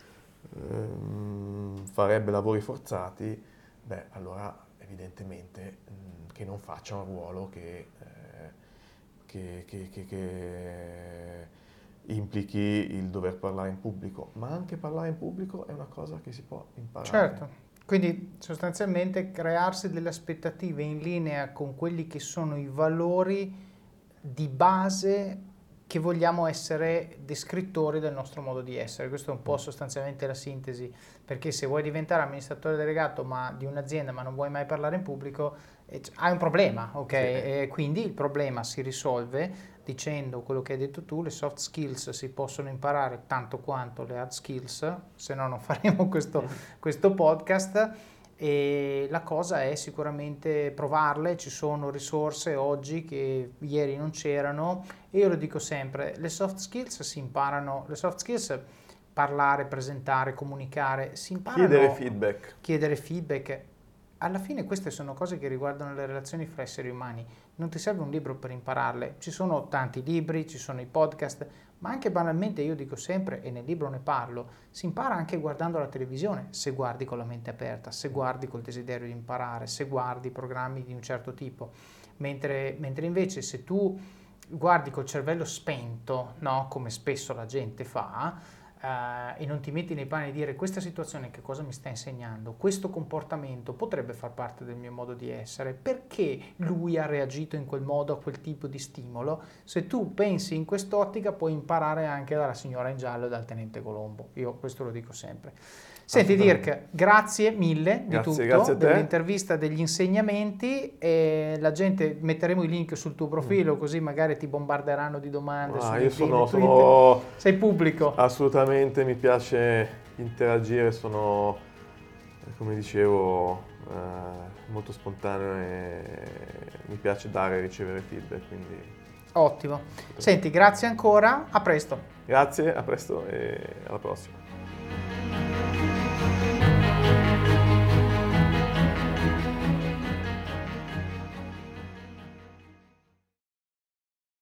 Speaker 3: ehm, farebbe lavori forzati, beh, allora evidentemente mh, che non faccia un ruolo che, eh, che, che, che, che implichi il dover parlare in pubblico, ma anche parlare in pubblico è una cosa che si può imparare.
Speaker 2: Certo. Quindi sostanzialmente crearsi delle aspettative in linea con quelli che sono i valori di base che vogliamo essere descrittori del nostro modo di essere. Questo è un po' sostanzialmente la sintesi, perché se vuoi diventare amministratore delegato ma di un'azienda ma non vuoi mai parlare in pubblico, eh, hai un problema, ok?
Speaker 3: Sì.
Speaker 2: E quindi il problema si risolve dicendo quello che hai detto tu, le soft skills si possono imparare tanto quanto le hard skills, se no non faremo questo, questo podcast. E la cosa è sicuramente provarle, ci sono risorse oggi che ieri non c'erano e io lo dico sempre, le soft skills si imparano, le soft skills parlare, presentare, comunicare, si imparano.
Speaker 3: Chiedere feedback.
Speaker 2: Chiedere feedback. Alla fine queste sono cose che riguardano le relazioni fra esseri umani, non ti serve un libro per impararle, ci sono tanti libri, ci sono i podcast, ma anche banalmente io dico sempre, e nel libro ne parlo, si impara anche guardando la televisione, se guardi con la mente aperta, se guardi col desiderio di imparare, se guardi programmi di un certo tipo, mentre, mentre invece se tu guardi col cervello spento, no, come spesso la gente fa, uh, e non ti metti nei panni di dire questa situazione che cosa mi sta insegnando, questo comportamento potrebbe far parte del mio modo di essere, perché lui ha reagito in quel modo a quel tipo di stimolo, se tu pensi in quest'ottica puoi imparare anche dalla signora in giallo e dal tenente Colombo, io questo lo dico sempre. Senti Dirk, grazie mille di
Speaker 3: grazie,
Speaker 2: tutto,
Speaker 3: grazie a te.
Speaker 2: dell'intervista, degli insegnamenti, e la gente, metteremo i link sul tuo profilo così magari ti bombarderanno di domande.
Speaker 3: Ah,
Speaker 2: su
Speaker 3: io
Speaker 2: LinkedIn,
Speaker 3: sono,
Speaker 2: Twitter.
Speaker 3: sono
Speaker 2: Sei pubblico.
Speaker 3: Assolutamente, mi piace interagire, sono, come dicevo, eh, molto spontaneo e mi piace dare e ricevere feedback, quindi...
Speaker 2: Ottimo. Senti, grazie ancora, a presto.
Speaker 3: Grazie, a presto e alla prossima.